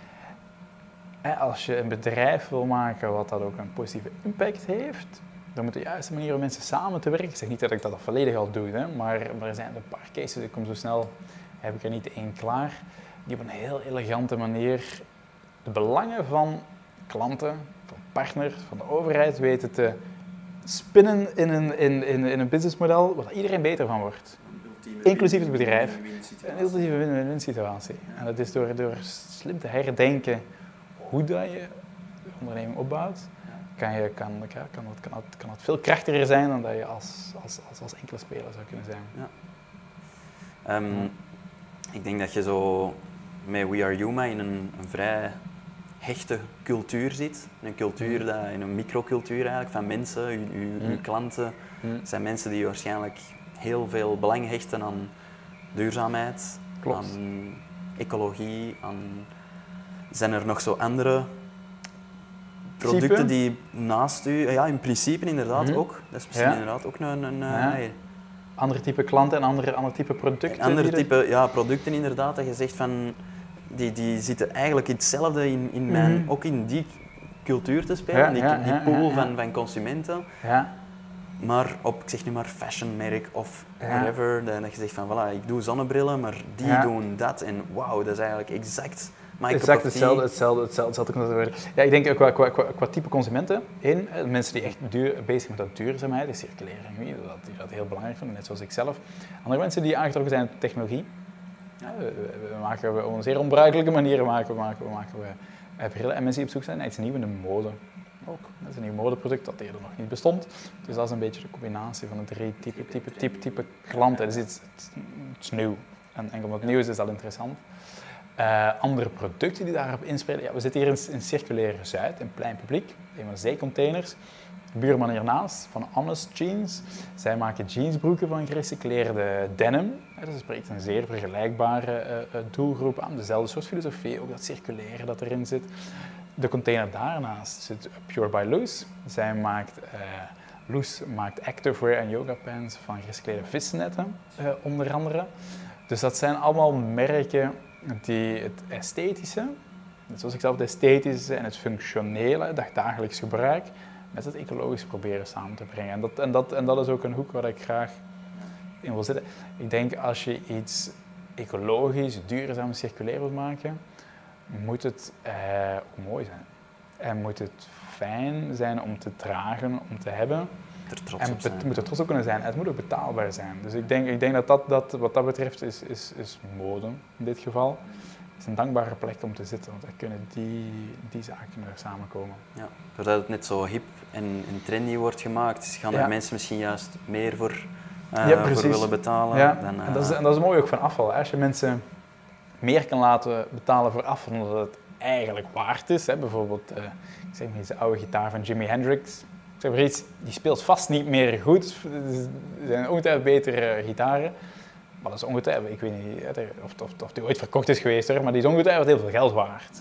Speaker 2: En als je een bedrijf wil maken wat dat ook een positieve impact heeft, dan moet de juiste manier om mensen samen te werken. Ik zeg niet dat ik dat volledig al doe, hè, maar, maar er zijn een paar cases, ik kom zo snel, heb ik er niet één klaar, die op een heel elegante manier de belangen van klanten, van partners, van de overheid weten te spinnen in een, in, in, in een businessmodel waar iedereen beter van wordt. Inclusief het bedrijf. Een ultieme win-win situatie. En dat is door, door slim te herdenken hoe dat je de onderneming opbouwt, kan, je, kan, ja, kan, het, kan, het, kan het veel krachtiger zijn dan dat je als, als, als, als enkele speler zou kunnen zijn.
Speaker 1: Ja. Um, ik denk dat je zo met We Are Yuma in een, een vrij hechte cultuur zit. Een cultuur, mm. dat, in een microcultuur eigenlijk, van mensen, uw, uw, uw klanten. Mm. zijn mensen die waarschijnlijk heel veel belang hechten aan duurzaamheid,
Speaker 2: Klopt.
Speaker 1: aan ecologie, aan... Zijn er nog zo andere producten
Speaker 2: Type?
Speaker 1: die naast u... Ja, in principe inderdaad mm-hmm. ook. Dat is misschien
Speaker 2: ja.
Speaker 1: inderdaad ook een... een
Speaker 2: ja.
Speaker 1: nee.
Speaker 2: Andere type klanten en andere, andere type producten?
Speaker 1: Andere type er... ja, producten inderdaad, dat je zegt van... Die, die zitten eigenlijk hetzelfde in, in mijn... Mm-hmm. Ook in die cultuur te spelen,
Speaker 2: ja,
Speaker 1: die,
Speaker 2: ja,
Speaker 1: die
Speaker 2: ja,
Speaker 1: pool
Speaker 2: ja, ja.
Speaker 1: Van, van consumenten.
Speaker 2: Ja.
Speaker 1: Maar op, ik zeg nu maar fashionmerk of
Speaker 2: ja.
Speaker 1: whatever, dat je zegt van voilà, ik doe zonnebrillen, maar die
Speaker 2: ja.
Speaker 1: doen dat en wauw, dat is eigenlijk exact my
Speaker 2: exact
Speaker 1: cup of
Speaker 2: hetzelfde, hetzelfde, hetzelfde, hetzelfde. Ja, ik denk ook qua, qua, qua, qua type consumenten, één, mensen die echt duur, bezig zijn met dat duurzaamheid, die circulering, die dat, die dat heel belangrijk vinden, net zoals ik zelf. Andere mensen die aangetrokken zijn op technologie. Ja, we, we, we maken we op een zeer onbruikelijke manier maken we, maken we, maken we uh, brillen. En mensen die op zoek zijn naar iets nieuws in de mode. Ook. Dat is een nieuw modeproduct dat eerder nog niet bestond. Dus dat is een beetje de combinatie van de drie type, type, type, type klanten. Dus het, het, het is nieuw. En enkel omdat het nieuw is, is dat interessant. Uh, andere producten die daarop inspelen. Ja, we zitten hier in, in Circulaire Zuid, in Plein Publiek. Een van de zeecontainers. De buurman hiernaast, van Honest Jeans. Zij maken jeansbroeken van gerecycleerde denim. Dus dat spreekt een zeer vergelijkbare uh, doelgroep aan. Dezelfde soort filosofie, ook dat circulaire dat erin zit. De container daarnaast zit Pure by Loose. Zij maakt, uh, Loose maakt activewear en yoga pants van gerecycleerde visnetten, uh, onder andere. Dus dat zijn allemaal merken die het esthetische, zoals ik zelf het esthetische en het functionele, dagdagelijks gebruik, met het ecologische proberen samen te brengen. En dat, en, dat, en dat is ook een hoek waar ik graag in wil zitten. Ik denk als je iets ecologisch, duurzaam, circulair wilt maken, moet het uh, mooi zijn. En moet het fijn zijn om te dragen, om te hebben.
Speaker 1: Er trots
Speaker 2: en
Speaker 1: op zijn.
Speaker 2: het moet er trots op kunnen zijn. En het moet ook betaalbaar zijn. Dus ik denk, ik denk dat, dat, dat wat dat betreft is, is, is mode in dit geval. Het is een dankbare plek om te zitten, want dan kunnen die, die zaken er samenkomen.
Speaker 1: Ja, doordat het net zo hip en, en trendy wordt gemaakt, gaan er
Speaker 2: Ja.
Speaker 1: mensen misschien juist meer voor, uh,
Speaker 2: Ja,
Speaker 1: voor willen betalen.
Speaker 2: Ja,
Speaker 1: Dan, uh,
Speaker 2: en, dat is, en dat is mooi ook van afval. Hè. Als je mensen meer kan laten betalen voor afval dan dat het eigenlijk waard is. Hè. Bijvoorbeeld, uh, ik zeg maar eens de oude gitaar van Jimi Hendrix. Ik zeg maar iets, die speelt vast niet meer goed. Er zijn ongetwijfeld betere gitaren. Maar dat is ongetwijfeld, ik weet niet of, of, of die ooit verkocht is geweest hoor, maar die is ongetwijfeld heel veel geld waard.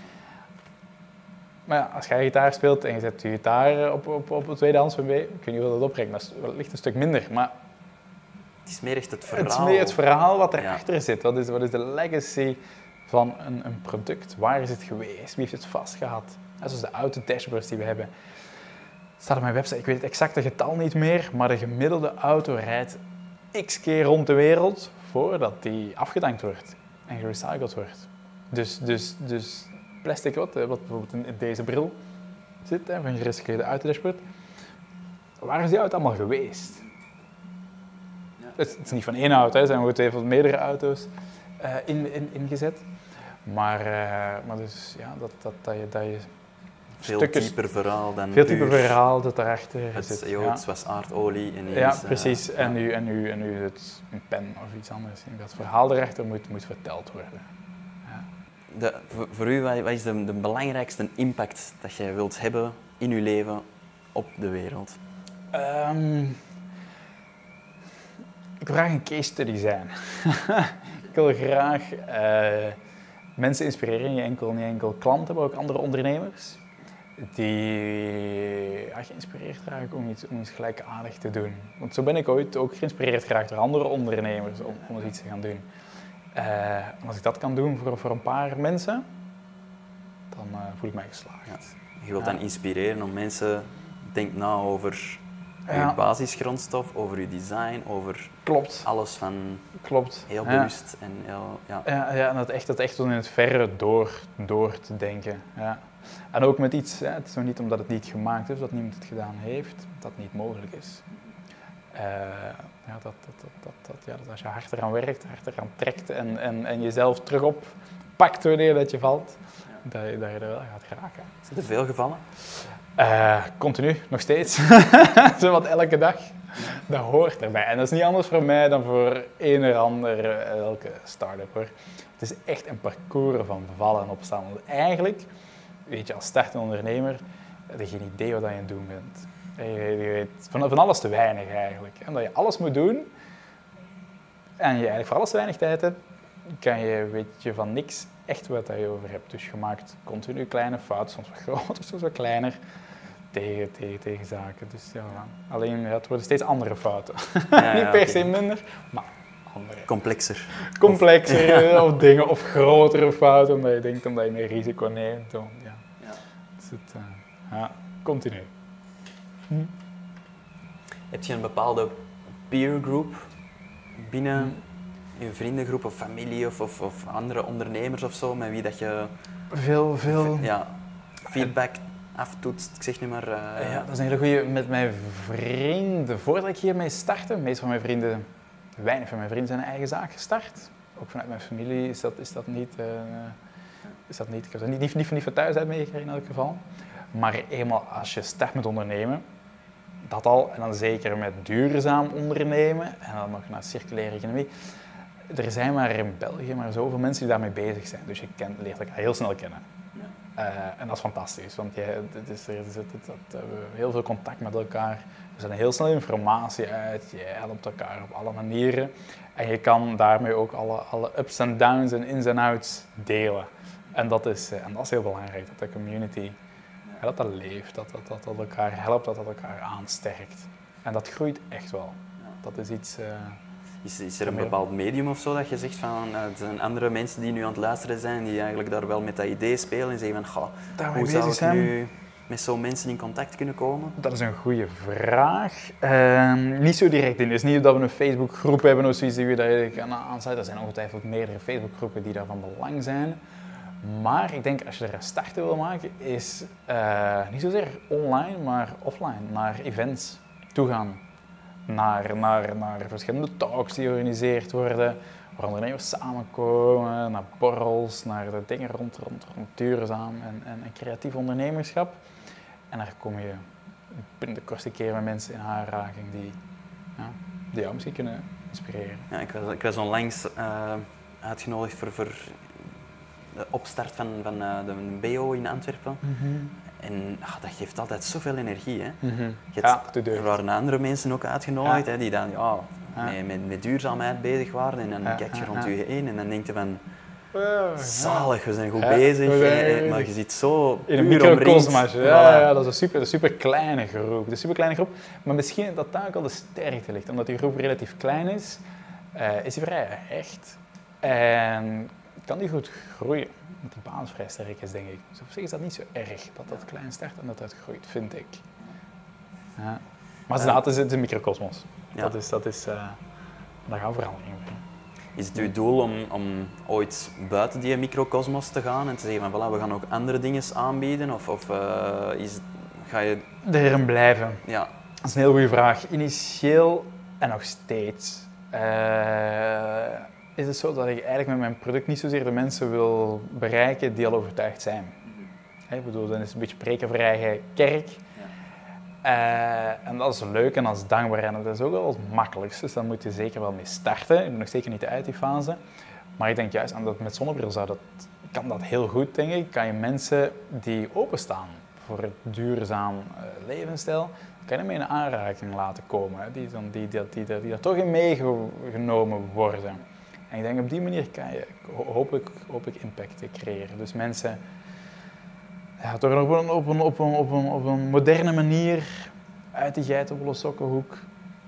Speaker 2: Maar ja, als jij gitaar speelt en je zet je gitaar op, op, op een tweedehands B M W, ik weet niet hoe dat opbrengt, dat is wellicht een stuk minder. Maar
Speaker 1: het is meer echt het verhaal.
Speaker 2: het is meer het verhaal wat erachter
Speaker 1: Ja.
Speaker 2: zit. Wat is, wat is de legacy van een, een product? Waar is het geweest? Wie heeft het vastgehad? Dat is de oude dashboards die we hebben. Het staat op mijn website, ik weet het exacte getal niet meer, maar de gemiddelde auto rijdt x keer rond de wereld voordat die afgedankt wordt en gerecycled wordt. Dus, dus, dus plastic wat, wat bijvoorbeeld in deze bril zit, hè, van een gerecycleerde autodashboard. Waar is die auto allemaal geweest?
Speaker 1: Ja.
Speaker 2: Het, het is niet van één auto, er zijn ongetwijfeld meerdere auto's uh, in, in, ingezet. Maar, uh, maar dus, ja, dat, dat, dat je... Dat je
Speaker 1: veel
Speaker 2: stukjes,
Speaker 1: dieper verhaal dan
Speaker 2: Veel dieper
Speaker 1: puur
Speaker 2: verhaal dat daarachter
Speaker 1: het,
Speaker 2: zit.
Speaker 1: joh,
Speaker 2: Ja.
Speaker 1: het was aardolie en
Speaker 2: Ja,
Speaker 1: eens,
Speaker 2: precies.
Speaker 1: Uh,
Speaker 2: en,
Speaker 1: ja.
Speaker 2: nu, en, nu, en nu is het een pen of iets anders. Dat verhaal erachter moet, moet verteld worden. Ja.
Speaker 1: De, voor, voor u, wat is de, de belangrijkste impact dat jij wilt hebben in uw leven op de wereld?
Speaker 2: Um, ik wil graag een case study zijn. Ik wil graag uh, mensen inspireren, niet enkel, niet enkel klanten, maar ook andere ondernemers. Die ja, geïnspireerd raken om iets, om iets gelijkaardig te doen. Want zo ben ik ooit ook geïnspireerd geraakt door andere ondernemers om, om iets te gaan doen. Uh, en als ik dat kan doen voor, voor een paar mensen, dan uh, voel ik mij geslaagd.
Speaker 1: Ja. Je wilt
Speaker 2: Ja.
Speaker 1: dan inspireren om mensen, denk na over
Speaker 2: Ja.
Speaker 1: uw basisgrondstof, over uw design, over
Speaker 2: Klopt,
Speaker 1: alles van
Speaker 2: klopt.
Speaker 1: heel
Speaker 2: Ja.
Speaker 1: bewust en heel, ja.
Speaker 2: Ja, ja, en dat echt, dat echt in het verre door, door te denken. Ja. En ook met iets, hè, het is nog niet omdat het niet gemaakt is, dat niemand het gedaan heeft, dat het niet mogelijk is. Uh, ja, dat, dat, dat, dat, dat, ja, dat als je hard eraan werkt, hard eraan trekt en, en, en jezelf terug oppakt wanneer dat je valt, ja. dat, je, dat je er wel gaat geraken.
Speaker 1: Zijn er veel gevallen?
Speaker 2: Uh, continu, nog steeds. Zo wat elke dag. Dat hoort erbij. En dat is niet anders voor mij dan voor een of ander, elke start-up hoor. Het is echt een parcours van vallen en opstaan. Want eigenlijk, weet je, als startende ondernemer, heb je geen idee wat je aan het doen bent. Je, je weet van, van alles te weinig eigenlijk. En dat je alles moet doen en je eigenlijk voor alles te weinig tijd hebt, kan je, weet je van niks echt wat je over hebt. Dus je maakt continu kleine fouten, soms wat groter, soms wat kleiner. Tegen, tegen, tegen zaken. Dus ja, alleen ja, het worden steeds andere fouten.
Speaker 1: Ja,
Speaker 2: Niet
Speaker 1: ja,
Speaker 2: per
Speaker 1: okay.
Speaker 2: se minder, maar andere.
Speaker 1: Complexer.
Speaker 2: Complexer of, of dingen, of grotere fouten, omdat je denkt omdat je meer risico neemt. Om, ja.
Speaker 1: Ja.
Speaker 2: Dus het, uh, ja, continu. Hm.
Speaker 1: Heb je een bepaalde peer group binnen
Speaker 2: hm.
Speaker 1: je vriendengroep of familie of, of, of andere ondernemers of zo, met wie dat je
Speaker 2: veel, veel...
Speaker 1: Ja, feedback aftoetst, ik zeg nu maar... Uh...
Speaker 2: Ja, dat is een hele goeie. Met mijn vrienden, voordat ik hiermee startte, de meeste van mijn vrienden, weinig van mijn vrienden zijn een eigen zaak gestart. Ook vanuit mijn familie is dat, is dat niet... Uh, is dat niet ik heb er niet, niet, niet, niet van thuis uit meegekregen in elk geval. Maar eenmaal als je start met ondernemen, dat al, en dan zeker met duurzaam ondernemen, en dan nog naar circulaire economie. Er zijn maar in België maar zoveel mensen die daarmee bezig zijn. Dus je kent, leert elkaar heel snel kennen. Uh, en dat is fantastisch, want je, het is, er is, het, het, het, we hebben heel veel contact met elkaar. Er zijn heel snel informatie uit, je helpt elkaar op alle manieren. En je kan daarmee ook alle, alle ups en downs en ins en outs delen. En dat is, en dat is heel belangrijk, dat de community ja, dat dat leeft, dat dat, dat dat elkaar helpt, dat dat elkaar aansterkt. En dat groeit echt wel. Dat is iets... Uh,
Speaker 1: Is, is er een bepaald medium of zo dat je zegt van, uh, er zijn andere mensen die nu aan het luisteren zijn, die eigenlijk daar wel met dat idee spelen en zeggen van, goh, hoe zou ik
Speaker 2: zijn.
Speaker 1: nu met zo'n mensen in contact kunnen komen?
Speaker 2: Dat is een goede vraag. Uh, niet zo direct in. Het is niet dat we een Facebookgroep hebben of zoiets die we daar kan aansluiten. Er zijn ongetwijfeld meerdere Facebookgroepen die daar van belang zijn. Maar ik denk, als je er een starten wil maken, is uh, niet zozeer online, maar offline, naar events toe gaan. Naar, naar, naar verschillende talks die georganiseerd worden, waar ondernemers samenkomen, naar borrels, naar de dingen rond, rond, rond duurzaam en, en, en creatief ondernemerschap. En daar kom je binnen de kortste keer met mensen in aanraking die, ja, die jou misschien kunnen inspireren.
Speaker 1: Ja, ik was, ik was onlangs uh, uitgenodigd voor, voor de opstart van, van uh, de B O in Antwerpen.
Speaker 2: Mm-hmm.
Speaker 1: En ach, dat geeft altijd zoveel energie. Hè.
Speaker 2: Mm-hmm.
Speaker 1: Je
Speaker 2: Ja,
Speaker 1: hebt, er waren andere mensen ook uitgenodigd,
Speaker 2: ja.
Speaker 1: hè, die dan ja,
Speaker 2: ja.
Speaker 1: met, met, met duurzaamheid bezig waren. En dan
Speaker 2: ja,
Speaker 1: kijk je
Speaker 2: ja,
Speaker 1: rond
Speaker 2: ja.
Speaker 1: je heen en dan denk je van...
Speaker 2: Ja.
Speaker 1: Zalig, we zijn goed
Speaker 2: ja,
Speaker 1: bezig,
Speaker 2: we zijn,
Speaker 1: en, en, maar je ziet zo
Speaker 2: in een
Speaker 1: puur
Speaker 2: microcosmos. Ja,
Speaker 1: voilà.
Speaker 2: ja, ja, dat is een super, een super kleine groep. Een super kleine groep, maar misschien dat daar ook al de sterkte ligt. Omdat die groep relatief klein is, uh, is die vrij hecht en kan die goed groeien. Want die basis vrij sterk is, denk ik. Dus op zich is dat niet zo erg dat dat klein start en dat dat groeit, vind ik. Ja. Maar inderdaad, het is een microcosmos.
Speaker 1: Ja.
Speaker 2: Dat is, dat is, uh, daar gaan we veranderingen brengen.
Speaker 1: Is het uw doel om, om ooit buiten die microcosmos te gaan en te zeggen van voilà, we gaan ook andere dingen aanbieden? Of, of uh, is het, ga je...
Speaker 2: Erin blijven.
Speaker 1: Ja.
Speaker 2: Dat is een heel goede vraag. Initieel en nog steeds uh, is het zo dat ik eigenlijk met mijn product niet zozeer de mensen wil bereiken die al overtuigd zijn. Mm-hmm. Ik bedoel, dan is het een beetje preken voor eigen kerk. Uh, en dat is leuk en dat is dankbaar en dat is ook wel het makkelijkste, dus daar moet je zeker wel mee starten. Ik ben nog zeker niet uit die fase. Maar ik denk juist, en dat met zonnebril zou dat, kan dat heel goed, denk ik. Kan je mensen die openstaan voor het duurzaam uh, levensstijl, kan je mee in aanraking laten komen. Hè, die, dan, die, die, die, die, die er toch in meegenomen worden. En ik denk op die manier kan je hopelijk, hopelijk impact creëren. Dus mensen... Ja, toch op een, op, een, op, een, op, een, op een moderne manier uit die geitenwolle sokkenhoek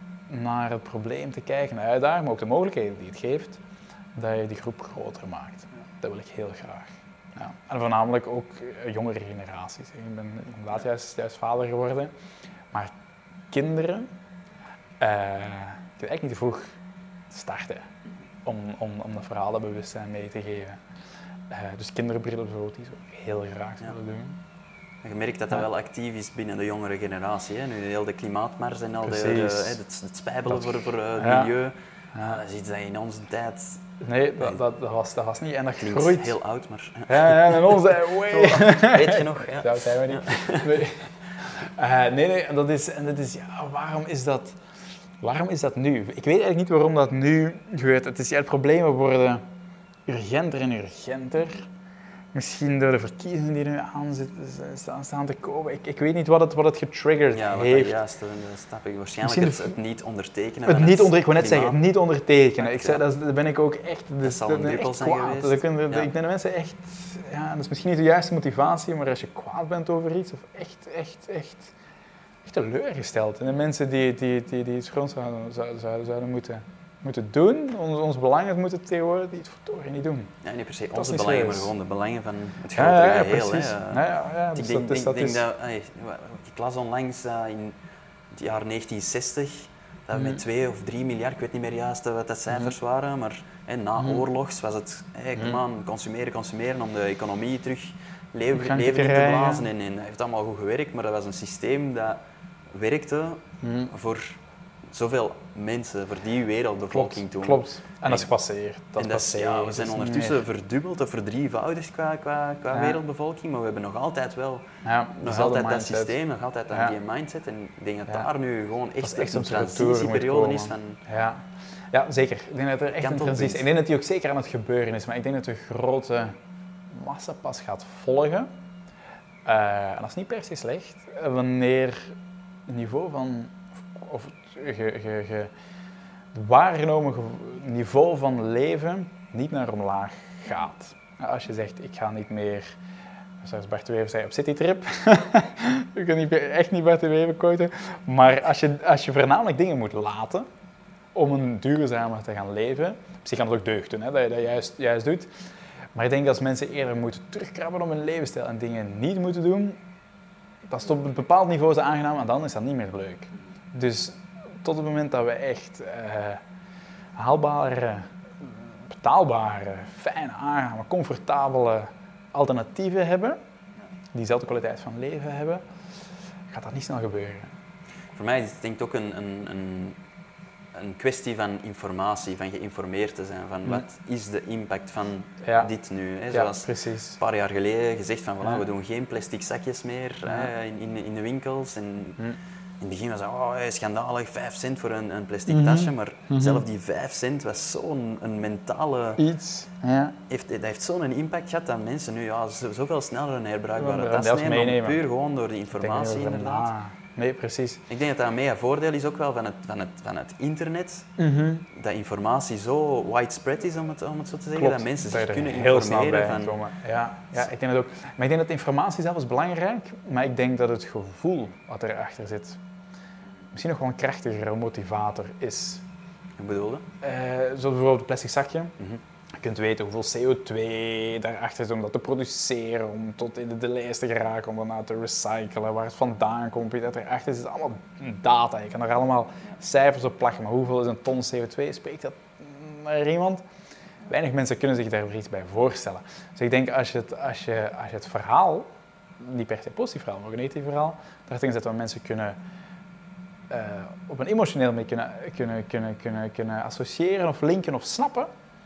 Speaker 2: naar het probleem te kijken, naar uitdagingen, maar ook de mogelijkheden die het geeft, dat je die groep groter maakt. Dat wil ik heel graag. Ja. En voornamelijk ook jongere generaties. Ik ben inderdaad juist, juist vader geworden, maar kinderen, uh, ik weet eigenlijk niet te vroeg starten om, om, om dat verhalenbewustzijn mee te geven. Uh, dus kinderbrillen bijvoorbeeld, die zou ik heel graag willen ja. doen.
Speaker 1: Je merkt dat dat wel actief is binnen de jongere generatie. Hè? Nu heel de klimaatmars en al de, de, het, het spijbelen dat, voor, voor uh, het ja. milieu. Ja. Dat is iets dat in onze tijd...
Speaker 2: Nee, dat, dat, dat, was, dat was niet. En dat
Speaker 1: klinkt
Speaker 2: groeit.
Speaker 1: Heel oud, maar...
Speaker 2: Ja, ja in onze tijd, way.
Speaker 1: Weet je nog? Ja.
Speaker 2: Dat zijn we niet. Ja. Nee. Uh, nee, nee, en dat is, en dat is ja, waarom is dat... Waarom is dat nu? Ik weet eigenlijk niet waarom dat nu gebeurt. Het is ja, het problemen worden urgenter en urgenter. Misschien door de verkiezingen die er nu aan zitten, staan te komen. Ik, ik weet niet wat het, wat het getriggerd
Speaker 1: ja, wat
Speaker 2: heeft.
Speaker 1: Ja, juist, dat snap ik. Waarschijnlijk het, het niet ondertekenen.
Speaker 2: Het niet ondertekenen, ik wou net zeggen, het niet ondertekenen. Ik
Speaker 1: ja.
Speaker 2: zei, dat, dat ben ik ook echt,
Speaker 1: dat dus, zal een druppel zijn
Speaker 2: kwaad.
Speaker 1: geweest.
Speaker 2: Dat kunnen,
Speaker 1: ja.
Speaker 2: Ik denk dat mensen echt, ja, dat is misschien niet de juiste motivatie, maar als je kwaad bent over iets, of echt, echt, echt, echt teleurgesteld. En de mensen die, die, die, die iets gronds zouden, zouden, zouden moeten... moeten doen, ons, ons belangen moeten tegenwoordig die het verdorie niet doen.
Speaker 1: Ja, niet per se onze belangen, maar gewoon de belangen van het grotere
Speaker 2: ja, ja,
Speaker 1: geheel.
Speaker 2: Precies.
Speaker 1: Hè.
Speaker 2: Ja, ja, ja, dus
Speaker 1: ik denk,
Speaker 2: dat, dus
Speaker 1: denk,
Speaker 2: dat
Speaker 1: denk
Speaker 2: is...
Speaker 1: dat, ay, ik las onlangs uh, in het jaar negentien zestig dat we mm. met twee of drie miljard, ik weet niet meer juist wat dat cijfers mm. waren, maar hè, na mm. oorlogs was het, hey, kom aan, consumeren, consumeren om de economie terug leven, leven in te blazen. En, en dat heeft allemaal goed gewerkt, maar dat was een systeem dat werkte mm. voor zoveel mensen, voor die wereldbevolking toen.
Speaker 2: Klopt, en dat is gepasseerd. Dat
Speaker 1: en
Speaker 2: is
Speaker 1: dat, ja, we zijn ondertussen
Speaker 2: meer.
Speaker 1: verdubbeld of verdrievoudigd qua, qua, qua ja. wereldbevolking, maar we hebben nog altijd wel
Speaker 2: ja,
Speaker 1: nog altijd dat systeem, nog altijd ja. die mindset. En ik denk dat ja. daar nu gewoon echt, echt een transitieperiode is van...
Speaker 2: Ja. ja, zeker. Ik denk dat er echt een transitie... Ik denk dat die ook zeker aan het gebeuren is, maar ik denk dat de grote massa pas gaat volgen. Uh, en dat is niet per se slecht, wanneer het niveau van... Of het ge, ge, ge, waargenomen niveau van leven niet naar omlaag gaat. Als je zegt, ik ga niet meer, zoals Bart de Wever zei, op citytrip. Je kunt niet, echt niet Bart de Wever quoten. Maar als je, als je voornamelijk dingen moet laten om een duurzamer te gaan leven, op zich kan het ook deugd doen, hè, dat je dat juist, juist doet. Maar ik denk dat als mensen eerder moeten terugkrabben om hun levensstijl en dingen niet moeten doen, dat is tot een bepaald niveau zo aangenaam en dan is dat niet meer leuk. Dus tot het moment dat we echt uh, haalbare, betaalbare, fijne, aangename, comfortabele alternatieven hebben, die dezelfde kwaliteit van leven hebben, gaat dat niet snel gebeuren.
Speaker 1: Voor mij is het denk ik ook een, een, een, een kwestie van informatie, van geïnformeerd te zijn. Van wat is de impact van
Speaker 2: ja.
Speaker 1: dit nu? Hè?
Speaker 2: Ja,
Speaker 1: Zoals
Speaker 2: precies.
Speaker 1: een paar jaar geleden gezegd van voilà,
Speaker 2: ja.
Speaker 1: we doen geen plastic zakjes meer ja. hè, in, in, in de winkels. En
Speaker 2: hm.
Speaker 1: in het begin was het oh, schandalig, vijf cent voor een, een plastic
Speaker 2: mm-hmm.
Speaker 1: tasje. Maar
Speaker 2: mm-hmm.
Speaker 1: zelf die vijf cent was zo'n een mentale...
Speaker 2: Iets. Ja.
Speaker 1: Heeft, dat heeft zo'n impact gehad dat mensen nu ja, zoveel sneller een herbruikbare
Speaker 2: ja,
Speaker 1: tas nemen.
Speaker 2: meenemen.
Speaker 1: Puur gewoon door de informatie inderdaad.
Speaker 2: Na. Nee, precies.
Speaker 1: Ik denk dat dat een mega voordeel is ook wel van het, van het, van het internet.
Speaker 2: Mm-hmm.
Speaker 1: Dat informatie zo widespread is, om het, om het zo te zeggen.
Speaker 2: Klopt,
Speaker 1: dat mensen zich
Speaker 2: dat
Speaker 1: kunnen
Speaker 2: heel snel
Speaker 1: informeren.
Speaker 2: bij
Speaker 1: Van...
Speaker 2: komen. Ja, ja, ik denk dat ook. Maar ik denk dat informatie zelf is belangrijk, maar ik denk dat het gevoel wat erachter zit misschien nog wel een krachtigere motivator is.
Speaker 1: Hoe bedoel je?
Speaker 2: Uh, zoals bijvoorbeeld het plastic zakje.
Speaker 1: Mm-hmm.
Speaker 2: Je kunt weten hoeveel C O twee daarachter zit om dat te produceren, om tot in de delays te geraken, om daarna te recyclen, waar het vandaan komt, wie dat erachter zit. Allemaal data. Je kan er allemaal cijfers op plakken, maar hoeveel is een ton C O twee? Spreekt dat naar iemand? Weinig mensen kunnen zich daar iets bij voorstellen. Dus ik denk, als je het, als je, als je het verhaal, niet per se positief verhaal, maar een negatief verhaal, daarachter zet waar mensen kunnen uh, op een emotioneel mee kunnen, kunnen, kunnen, kunnen, kunnen associëren of linken of snappen,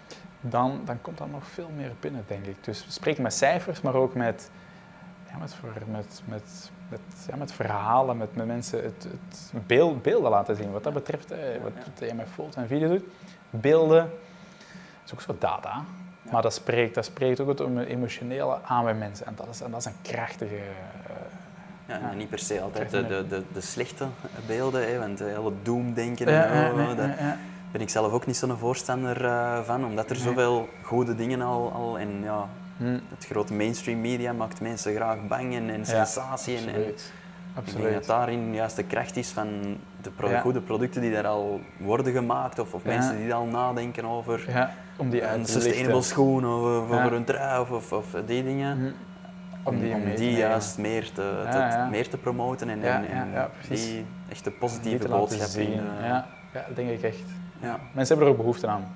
Speaker 2: Dan, dan komt dat nog veel meer binnen, denk ik. Dus we spreken met cijfers, maar ook met, ja, met, met, met, met, ja, met verhalen, met, met mensen het, het beeld, beelden laten zien. Wat dat betreft, eh, wat je met foto's en video's doet, beelden, dat is ook zo data. Ja. Maar dat spreekt, dat spreekt ook het emotionele aan bij mensen. En dat is, en dat is een krachtige... Uh,
Speaker 1: Ja, ja, niet per se altijd de, de, de, de slechte beelden, hè, want hele doemdenken en
Speaker 2: ja,
Speaker 1: oh,
Speaker 2: ja,
Speaker 1: dat
Speaker 2: ja, ja.
Speaker 1: ben ik zelf ook niet zo'n voorstander uh, van, omdat er zoveel goede dingen al, al en ja, hmm. het grote mainstream media maakt mensen graag bang en, en sensatie.
Speaker 2: Ja,
Speaker 1: en,
Speaker 2: en
Speaker 1: ik denk dat daarin juist de kracht is van de pro-
Speaker 2: ja.
Speaker 1: goede producten die daar al worden gemaakt of, of ja. mensen die al nadenken over
Speaker 2: ja, om die
Speaker 1: een sustainable schoen of, of ja. over een trui of, of, of die dingen. Hmm. Om die, om die juist meer te, te, ja, ja. meer te promoten en,
Speaker 2: ja,
Speaker 1: en, en
Speaker 2: ja, ja,
Speaker 1: die echt de positieve boodschap in. Uh,
Speaker 2: ja, ja, dat denk ik echt.
Speaker 1: Ja.
Speaker 2: Mensen hebben er ook behoefte aan.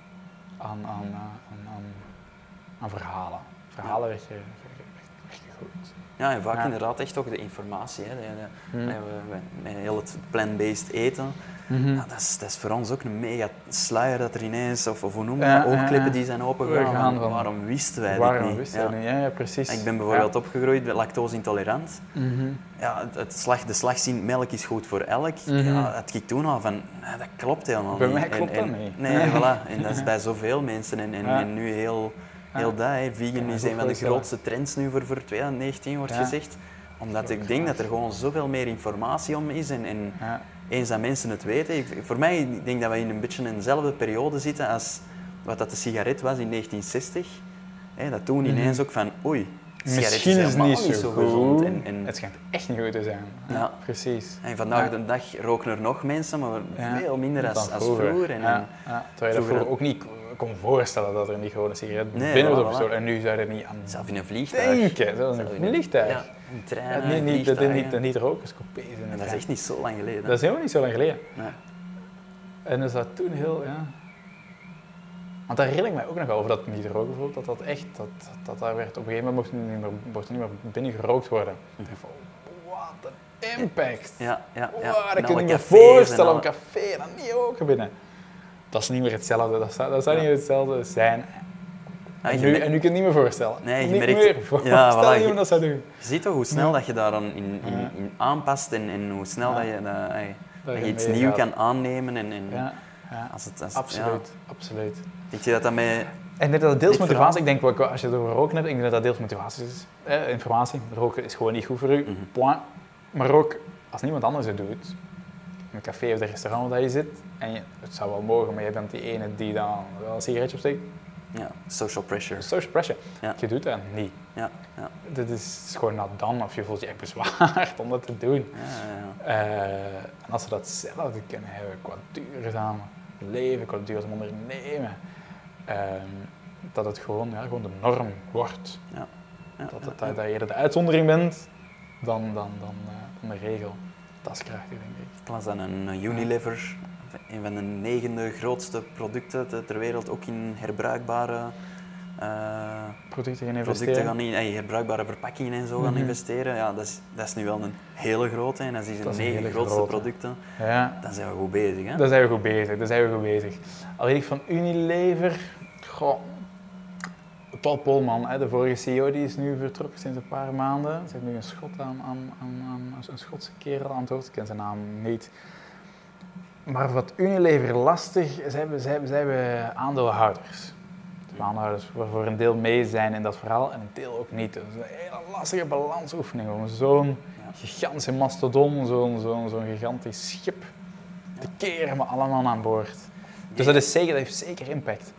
Speaker 2: Aan, aan, aan, aan, aan verhalen. Verhalen ja. weg, weg, weg, weggegooid.
Speaker 1: Ja, en vaak
Speaker 2: ja.
Speaker 1: inderdaad echt ook de informatie. Hè. De, de,
Speaker 2: hmm.
Speaker 1: we, we, met heel het plant-based eten.
Speaker 2: Mm-hmm.
Speaker 1: Ja, dat, is, dat is voor ons ook een mega sluier dat er ineens, of, of hoe noem je ja, dat, oogklippen die zijn opengegaan. Van, waarom wisten wij
Speaker 2: waarom
Speaker 1: dit niet?
Speaker 2: Wisten ja. niet? Ja, ja, precies.
Speaker 1: Ik ben bijvoorbeeld
Speaker 2: ja.
Speaker 1: opgegroeid lactose-intolerant.
Speaker 2: Mm-hmm.
Speaker 1: Ja, het, het, slag, de slagzin melk is goed voor elk.
Speaker 2: Mm-hmm.
Speaker 1: Ja, dat ik toen al van, nee, dat klopt helemaal
Speaker 2: bij
Speaker 1: niet.
Speaker 2: Bij mij klopt
Speaker 1: en,
Speaker 2: dat niet.
Speaker 1: Nee, voilà. En dat is bij zoveel mensen. En, en, ja. en nu heel, heel ja. dat. Hè. Vegan ja, is een van de grootste trends nu voor, voor twintig negentien, wordt ja. gezegd. Omdat ik denk dat er gewoon zoveel meer informatie om is. En, en ja. eens dat mensen het weten. Ik, voor mij, ik denk dat we in een beetje in dezelfde periode zitten als wat dat de sigaret was in negentien zestig. Hè, dat toen ineens mm-hmm. ook van, oei,
Speaker 2: misschien is het niet zo, zo
Speaker 1: gezond. En, en
Speaker 2: het schijnt echt niet goed te zijn. Ja, ja. Precies.
Speaker 1: En vandaag
Speaker 2: ja.
Speaker 1: de dag roken er nog mensen, maar
Speaker 2: ja.
Speaker 1: veel minder als, als vroeger. vroeger. En,
Speaker 2: ja. Ja. Terwijl je dat vroeger ook niet kon voorstellen dat er niet gewoon een sigaret nee, binnen wordt opgestoken. En nu zou je er niet aan
Speaker 1: zelf in een vliegtuig.
Speaker 2: denken. Zelfs in een vliegtuig.
Speaker 1: Ja, een trein,
Speaker 2: ja, niet,
Speaker 1: niet,
Speaker 2: dat niet, niet rokenscoupés.
Speaker 1: En dat is echt niet zo lang geleden.
Speaker 2: Dat is helemaal niet zo lang geleden.
Speaker 1: Nee.
Speaker 2: En dus dat toen heel, ja... Want daar herinner ik mij ook nog wel over dat niet roken voelt, dat dat echt, dat, dat daar werd, op een gegeven moment mocht er niet meer, mocht er niet meer binnen gerookt worden. Ik dacht van, wat een impact!
Speaker 1: Ja, ja, ja.
Speaker 2: Wow, dat kun je niet meer voorstellen op een café, dan niet roken binnen. Dat is niet meer hetzelfde, dat zou, dat zou ja. niet hetzelfde zijn. Ja, en, nu, merkt... en nu kun je het niet meer voorstellen.
Speaker 1: Nee, je
Speaker 2: niet
Speaker 1: merkt...
Speaker 2: meer voorstellen
Speaker 1: ja, voilà,
Speaker 2: je, hoe dat zou doen.
Speaker 1: Je ziet toch hoe snel ja. dat je daar dan in, in,
Speaker 2: ja.
Speaker 1: in aanpast en, en hoe snel ja. dat je, dat, ay, dat
Speaker 2: dat
Speaker 1: je iets nieuws kan aannemen. En, en
Speaker 2: ja. Ja.
Speaker 1: Als het, als
Speaker 2: absoluut,
Speaker 1: ja.
Speaker 2: absoluut.
Speaker 1: Denk je dat dat met...
Speaker 2: En ik denk dat het deels motivatie, ik denk, als je het over roken hebt, ik denk dat dat deels motivatie is. Eh, informatie, roken is gewoon niet goed voor u. Mm-hmm. Point. Maar ook, als niemand anders het doet, in een café of een restaurant waar je zit, en je, het zou wel mogen, maar je bent die ene die dan wel een sigaretje opsteekt.
Speaker 1: Ja, social pressure.
Speaker 2: Social pressure. Ja. Je doet dat niet.
Speaker 1: Ja, ja.
Speaker 2: Dit is gewoon not done, of je voelt je echt bezwaard om dat te doen.
Speaker 1: Ja, ja, ja.
Speaker 2: Uh, en als ze datzelfde kunnen hebben qua duurzaam leven, qua duurzaam ondernemen, uh, dat het gewoon, ja, gewoon de norm wordt. Ja. Ja, dat, het, ja, ja. dat je de uitzondering bent dan, dan, dan, uh, dan de regel. Dat is krachtig, denk ik.
Speaker 1: Ik las dan een Unilever, een van de negende grootste producten ter wereld, ook in herbruikbare uh,
Speaker 2: producten gaan investeren.
Speaker 1: producten gaan in, hey, herbruikbare verpakkingen en zo gaan
Speaker 2: mm-hmm.
Speaker 1: investeren. Ja, dat is, dat is nu wel een hele grote. En als die zijn negen grootste grote. producten,
Speaker 2: ja.
Speaker 1: dan zijn we goed bezig. Hè?
Speaker 2: Dan zijn we goed bezig, dan zijn we goed bezig. Al weet ik van Unilever, goh, Paul Polman, hè, de vorige C E O, die is nu vertrokken sinds een paar maanden. Ze heeft nu een Schot aan, aan, aan, aan een Schotse kerel aan het woord, ik ken zijn naam niet. Maar wat Unilever lastig, ze hebben, ze hebben, ze hebben aandeelhouders. De aandeelhouders voor een deel mee zijn in dat verhaal en een deel ook niet. Dus een hele lastige balansoefening om zo'n gigantische mastodon, zo'n, zo'n, zo'n gigantisch schip te keren met allemaal aan boord. Dus dat, is zeker, dat heeft zeker impact.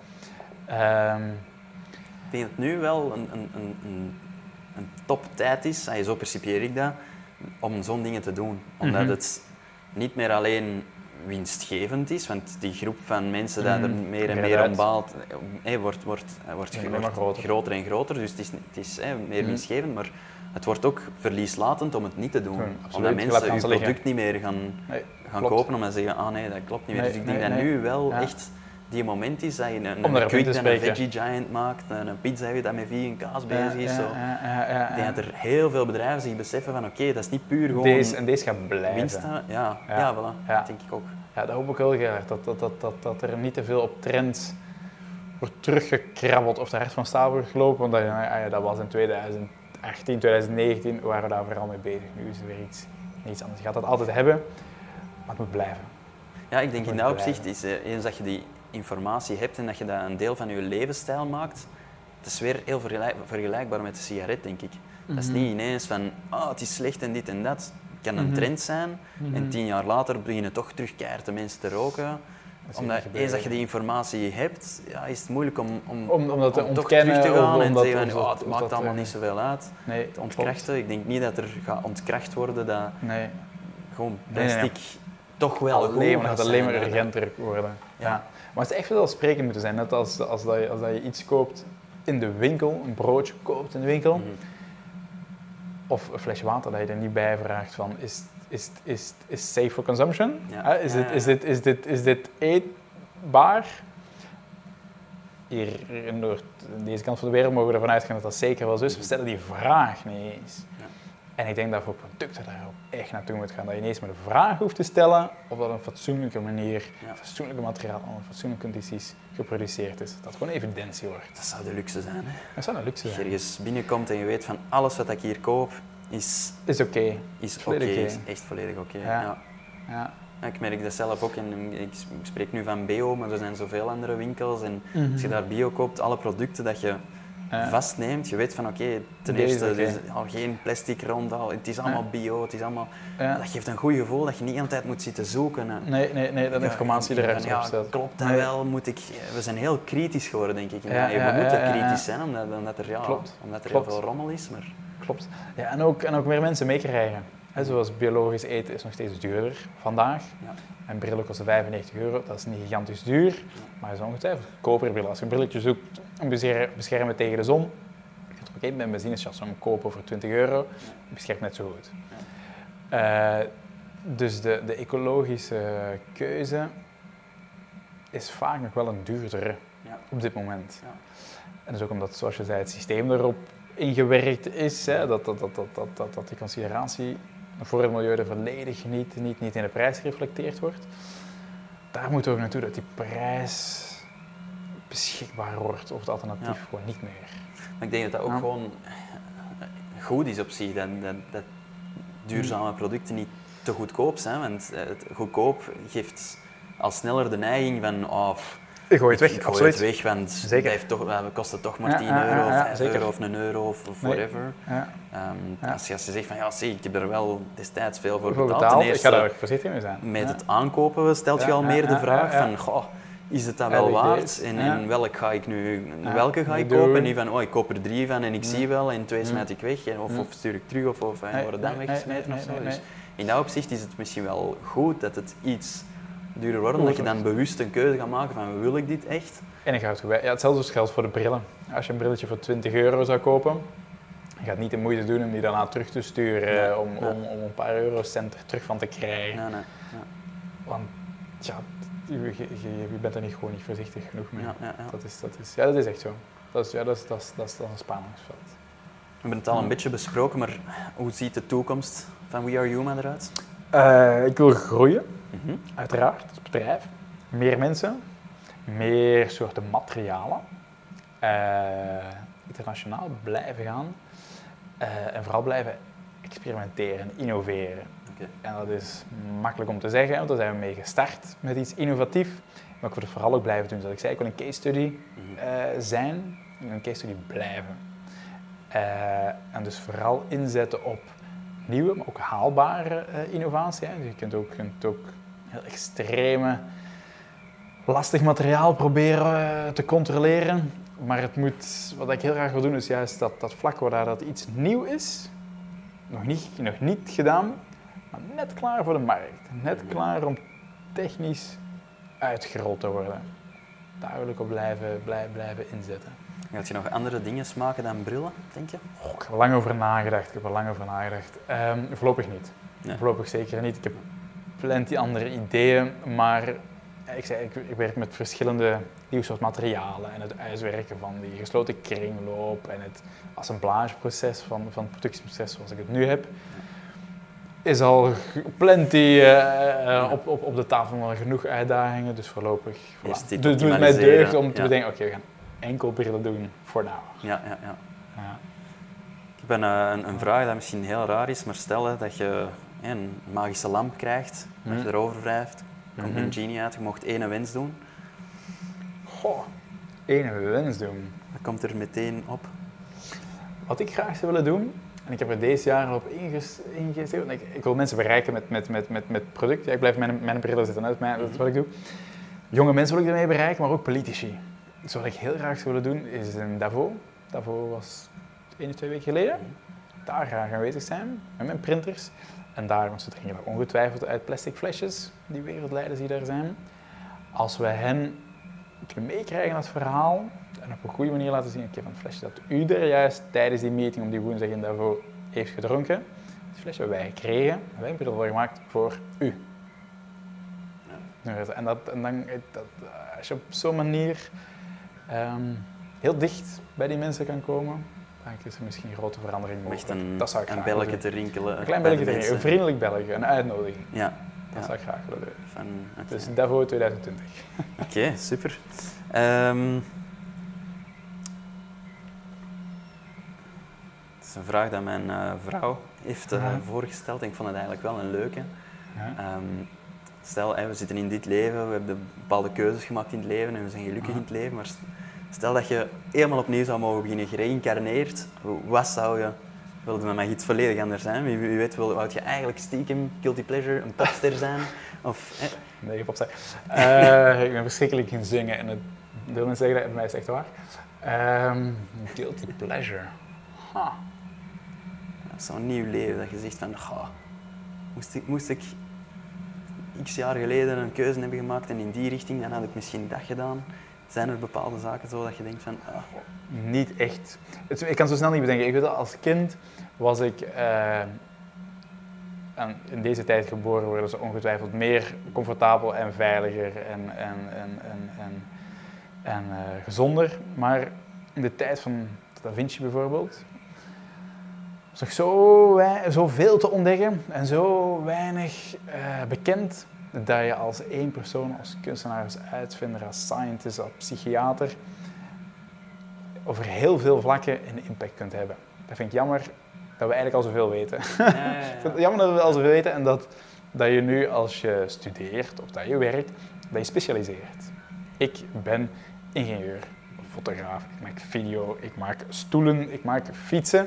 Speaker 2: Um,
Speaker 1: Ik denk dat het nu wel een, een, een, een, een toptijd is, zo percipieer ik dat, om zo'n dingen te doen. Omdat mm-hmm. het niet meer alleen winstgevend is, want die groep van mensen die mm-hmm. er meer en meer om baalt, hey, wordt, wordt, wordt,
Speaker 2: ja,
Speaker 1: wordt
Speaker 2: groter.
Speaker 1: groter en groter. Dus het is, het is hey, meer mm-hmm. winstgevend, maar het wordt ook verlieslatend om het niet te doen.
Speaker 2: Ja,
Speaker 1: omdat mensen hun product
Speaker 2: liggen.
Speaker 1: niet meer gaan,
Speaker 2: nee,
Speaker 1: gaan kopen, omdat ze zeggen, ah nee, dat klopt niet meer.
Speaker 2: Nee,
Speaker 1: dus ik denk
Speaker 2: nee,
Speaker 1: dat
Speaker 2: nee.
Speaker 1: nu wel
Speaker 2: ja.
Speaker 1: echt die moment is dat je een,
Speaker 2: een,
Speaker 1: een quick en een veggie giant maakt, een, een pizza dat met vegan kaas bezig is.
Speaker 2: Ja,
Speaker 1: zo.
Speaker 2: ja, ja, ja,
Speaker 1: ik denk dat er heel veel bedrijven zich beseffen van oké, okay, dat is niet puur gewoon
Speaker 2: deze, en deze gaat blijven.
Speaker 1: winst. Ja, ja, ja, voilà. Ja. Dat denk ik ook.
Speaker 2: Ja, dat hoop ik heel graag. Dat, dat, dat, dat, dat er niet te veel op trends wordt teruggekrabbeld of de rest van staal wordt gelopen. Want dat, ja, dat was in twintig achttien, twintig negentien, waren we daar vooral mee bezig. Nu is er weer iets, iets anders. Je gaat dat altijd hebben, maar het moet blijven.
Speaker 1: Ja, ik denk in dat opzicht is uh, eens dat je die informatie hebt en dat je dat een deel van je levensstijl maakt, het is weer heel vergelijk, vergelijkbaar met de sigaret, denk ik. Mm-hmm. Dat is niet ineens van, oh, het is slecht en dit en dat. Het kan een mm-hmm. trend zijn mm-hmm. en tien jaar later beginnen toch terug keihard de mensen te roken. Omdat eens dat je die informatie hebt, ja, is het moeilijk om, om,
Speaker 2: om, om, dat te
Speaker 1: om toch terug te gaan en te zeggen van,
Speaker 2: oh,
Speaker 1: het maakt allemaal niet zoveel uit.
Speaker 2: Nee,
Speaker 1: te ontkrachten. Ik denk niet dat er gaat ontkracht worden dat
Speaker 2: nee.
Speaker 1: gewoon plastic
Speaker 2: nee, nee.
Speaker 1: toch wel goed
Speaker 2: alleen, maar het gaat alleen maar
Speaker 1: zijn,
Speaker 2: urgenter worden. Ja. Ja. Maar het is echt vanzelfsprekend moeten zijn, net als, als, dat je, als dat je iets koopt in de winkel, een broodje koopt in de winkel, mm-hmm. of een flesje water dat je er niet bij vraagt van, is Is, is, is safe for consumption?
Speaker 1: Ja.
Speaker 2: Uh, is,
Speaker 1: ja,
Speaker 2: dit,
Speaker 1: ja, ja.
Speaker 2: is, dit, is, dit, is dit eetbaar? Hier in, Noord, in deze kant van de wereld mogen we ervan uitgaan dat dat zeker wel zo is. We stellen die vraag niet eens.
Speaker 1: Ja.
Speaker 2: En ik denk dat voor producten daar ook echt naartoe moet gaan. Dat je niet eens maar de vraag hoeft te stellen of dat op een fatsoenlijke manier, ja. fatsoenlijke materiaal, onder fatsoenlijke condities geproduceerd is. Dat gewoon evidentie wordt.
Speaker 1: Dat zou de luxe zijn, hè?
Speaker 2: Dat zou een luxe zijn.
Speaker 1: Als je ergens binnenkomt en je weet van alles wat ik hier koop, is
Speaker 2: is oké. Okay.
Speaker 1: Is oké, okay, is echt volledig oké. Okay.
Speaker 2: Ja.
Speaker 1: Ja.
Speaker 2: Ja.
Speaker 1: Ja, ik merk dat zelf ook. En ik spreek nu van bio, maar er zijn zoveel andere winkels. En mm-hmm. als je daar bio koopt, alle producten dat je ja. vastneemt, je weet van oké, okay, ten
Speaker 2: Deze,
Speaker 1: eerste,
Speaker 2: okay.
Speaker 1: er is al geen plastic rond, al, het is allemaal ja. bio, het is allemaal...
Speaker 2: Ja.
Speaker 1: Dat geeft een goed gevoel dat je niet altijd moet zitten zoeken. En,
Speaker 2: nee, nee, nee, dat informatie eruit
Speaker 1: ja,
Speaker 2: opstelt.
Speaker 1: Klopt dat nee. wel? Moet ik... We zijn heel kritisch geworden, denk ik.
Speaker 2: Ja,
Speaker 1: ja,
Speaker 2: ja,
Speaker 1: we moeten
Speaker 2: ja, ja,
Speaker 1: kritisch
Speaker 2: ja.
Speaker 1: zijn, omdat, omdat er, ja,
Speaker 2: klopt.
Speaker 1: omdat er
Speaker 2: klopt.
Speaker 1: heel veel rommel is. Maar...
Speaker 2: Klopt. Ja, en, ook, en ook meer mensen meekrijgen. He, zoals biologisch eten is nog steeds duurder vandaag. Ja. Een bril kost vijfennegentig euro, dat is niet gigantisch duur, ja. maar het is ongetwijfeld goedkoper bril. Als je een brilletje zoekt om te beschermen tegen de zon, je gaat er ook even bij een benzinestation kopen voor twintig euro, je beschermt net zo goed. Ja. Uh, dus de, de ecologische keuze is vaak nog wel een duurdere ja. op dit moment. Ja. En dat is ook omdat, zoals je zei, het systeem erop ingewerkt is, hè, dat, dat, dat, dat, dat, dat die consideratie voor het milieu er volledig niet, niet, niet in de prijs gereflecteerd wordt. Daar moeten we ook naartoe dat die prijs beschikbaar wordt of het alternatief ja. gewoon niet meer.
Speaker 1: Maar ik denk dat dat ook ja. gewoon goed is op zich, dat, dat, dat duurzame producten niet te goedkoop zijn, want het goedkoop geeft al sneller de neiging van oh,
Speaker 2: ik gooi het weg,
Speaker 1: ik gooi
Speaker 2: absoluut.
Speaker 1: het weg, want
Speaker 2: zeker.
Speaker 1: Het toch, we kosten toch maar
Speaker 2: ja,
Speaker 1: tien
Speaker 2: ja,
Speaker 1: euro,
Speaker 2: ja, ja,
Speaker 1: vijf
Speaker 2: zeker.
Speaker 1: euro of een euro of, of whatever.
Speaker 2: Nee. Ja.
Speaker 1: Um,
Speaker 2: ja.
Speaker 1: als, je, als je zegt van ja, zie, ik heb er wel destijds veel voor
Speaker 2: Voor
Speaker 1: betaald.
Speaker 2: betaald.
Speaker 1: Ten eerste,
Speaker 2: ik ga daar ook voorzichtig mee zijn.
Speaker 1: Met
Speaker 2: ja.
Speaker 1: het aankopen stelt je
Speaker 2: ja,
Speaker 1: al meer
Speaker 2: ja,
Speaker 1: de vraag
Speaker 2: ja, ja.
Speaker 1: van goh, is het dat wel waard en,
Speaker 2: ja.
Speaker 1: en welk ga ik nu,
Speaker 2: ja.
Speaker 1: welke ga ik
Speaker 2: Doe.
Speaker 1: kopen? En niet van oh, ik koop er drie van en ik
Speaker 2: ja.
Speaker 1: zie wel en twee
Speaker 2: ja.
Speaker 1: smijt ik weg en, of,
Speaker 2: ja.
Speaker 1: of stuur ik terug of, of en
Speaker 2: nee,
Speaker 1: worden dan
Speaker 2: nee,
Speaker 1: weggesmeten
Speaker 2: nee,
Speaker 1: of zo.
Speaker 2: nee, nee,
Speaker 1: Dus
Speaker 2: nee.
Speaker 1: in dat opzicht is het misschien wel goed dat het iets duurder wordt, omdat je dan bewust een keuze gaat maken van wil ik dit echt?
Speaker 2: En dan gaat het ja, hetzelfde geldt voor de brillen. Als je een brilletje voor twintig euro zou kopen, je gaat niet de moeite doen om die daarna terug te sturen, ja, om, ja. om, om een paar eurocent er terug van te krijgen.
Speaker 1: Nee, nee, ja.
Speaker 2: Want ja, je, je, je bent er niet gewoon niet voorzichtig genoeg mee.
Speaker 1: Ja, ja, ja.
Speaker 2: Dat, is, dat, is, ja, dat is echt zo. Dat is, ja, dat is, dat is, dat is, dat is een spanningsveld.
Speaker 1: We hebben het al een beetje besproken, maar hoe ziet de toekomst van We Are Yuma eruit?
Speaker 2: Uh, ik wil groeien,
Speaker 1: Mm-hmm.
Speaker 2: uiteraard, als bedrijf. Meer mensen, meer soorten materialen. Uh, internationaal blijven gaan. Uh, en vooral blijven experimenteren, innoveren.
Speaker 1: Okay.
Speaker 2: En dat is makkelijk om te zeggen, want daar zijn we mee gestart met iets innovatiefs. Maar ik wil het vooral ook blijven doen. Zoals ik zei, ik wil een case study uh, zijn en een case study blijven. Uh, en dus vooral inzetten op nieuwe, maar ook haalbare uh, innovatie. Hè. Dus je kunt ook, kunt ook heel extreme, lastig materiaal proberen uh, te controleren. Maar het moet, wat ik heel graag wil doen, is juist dat, dat vlak waar dat iets nieuw is, nog niet, nog niet gedaan, maar net klaar voor de markt. Net klaar om technisch uitgerold te worden. Daar wil ik op blijven, blijven, blijven inzetten.
Speaker 1: Gaat je nog andere dingen maken dan brillen, denk je?
Speaker 2: Oh, ik heb er lang over nagedacht. Ik heb er lang over nagedacht. Um, voorlopig niet. Ja. Voorlopig zeker niet. Ik heb plenty andere ideeën, maar ik, zei, ik, ik werk met verschillende nieuw soort materialen en het uitwerken van die gesloten kringloop en het assemblageproces van, van het productieproces zoals ik het nu heb. Is al plenty uh, uh, op, op, op de tafel, maar genoeg uitdagingen, dus voorlopig. Voilà. Doe, doe het mij deugd om te ja. bedenken, oké, okay, we gaan enkel brillen doen voor nou.
Speaker 1: Ja, ja, ja. ja. Ik heb een, een, een vraag die misschien heel raar is, maar stel hè, dat je een magische lamp krijgt, mm. dat je erover wrijft, komt mm-hmm. een genie uit, je mocht één wens doen.
Speaker 2: Goh, één wens doen.
Speaker 1: Wat komt er meteen op?
Speaker 2: Wat ik graag zou willen doen, en ik heb er deze jaren op ingestoken, ik, ik wil mensen bereiken met, met, met, met, met producten. Ja, ik blijf mijn, mijn brillen zitten, dat is, mijn, dat is wat ik doe. Jonge mensen wil ik ermee bereiken, maar ook politici. Dus wat ik heel graag zou willen doen, is in Davos. Davos was één of twee weken geleden. Daar graag aanwezig zijn, met mijn printers. En daar, want ze drinken daar ongetwijfeld uit plastic flesjes, die wereldleiders die daar zijn. Als we hen kunnen meekrijgen aan het verhaal en op een goede manier laten zien, oké, van het flesje dat u er juist tijdens die meeting om die woensdag in Davos heeft gedronken, het flesje hebben wij gekregen, en wij hebben het gemaakt voor u. Ja. En, dat, en dan, dat, als je op zo'n manier um, heel dicht bij die mensen kan komen, dan is er misschien een grote verandering mogelijk.
Speaker 1: Een,
Speaker 2: dat zou ik
Speaker 1: een
Speaker 2: graag
Speaker 1: belletje
Speaker 2: doen.
Speaker 1: te rinkelen.
Speaker 2: Een klein belletje te rinkelen, een vriendelijk belletje, een uitnodiging.
Speaker 1: Ja.
Speaker 2: Dat
Speaker 1: ja.
Speaker 2: zou ik graag willen doen.
Speaker 1: Van, okay.
Speaker 2: Dus Davos twintig twintig.
Speaker 1: Oké, okay, super. Um, het is een vraag die mijn uh, vrouw heeft uh, ja. voorgesteld en ik vond het eigenlijk wel een leuke. Ja. Um, stel, hey, we zitten in dit leven, we hebben bepaalde keuzes gemaakt in het leven en we zijn gelukkig ja. in het leven, maar stel dat je helemaal opnieuw zou mogen beginnen, gereïncarneerd, wat zou je... Wilde met mij iets volledig anders zijn? Wie, wie weet, wou je eigenlijk stiekem, guilty pleasure, een popster zijn? Of, eh?
Speaker 2: Nee, geen popster. Uh, ik ben verschrikkelijk in zingen en het wil niet zeggen dat het mij is echt waar. Um, guilty pleasure. Huh.
Speaker 1: Ja, zo'n nieuw leven dat je zegt van, oh, moest, ik, moest ik x jaar geleden een keuze hebben gemaakt en in die richting, dan had ik misschien dat gedaan. Zijn er bepaalde zaken zo dat je denkt van... Oh.
Speaker 2: Niet echt. Het, ik kan zo snel niet bedenken. Ik weet dat als kind was ik uh, en in deze tijd geboren worden, dus ongetwijfeld meer comfortabel en veiliger en, en, en, en, en, en uh, gezonder. Maar in de tijd van Da Vinci bijvoorbeeld, was er zo, zoveel te ontdekken en zo weinig uh, bekend dat je als één persoon, als kunstenaar, als uitvinder, als scientist, als psychiater, over heel veel vlakken een impact kunt hebben. Dat vind ik jammer dat we eigenlijk al zoveel weten. Ja, ja, ja. Ik vind het jammer dat we al zoveel weten en dat, dat je nu als je studeert of dat je werkt, dat je specialiseert. Ik ben ingenieur, fotograaf, ik maak video, ik maak stoelen, ik maak fietsen.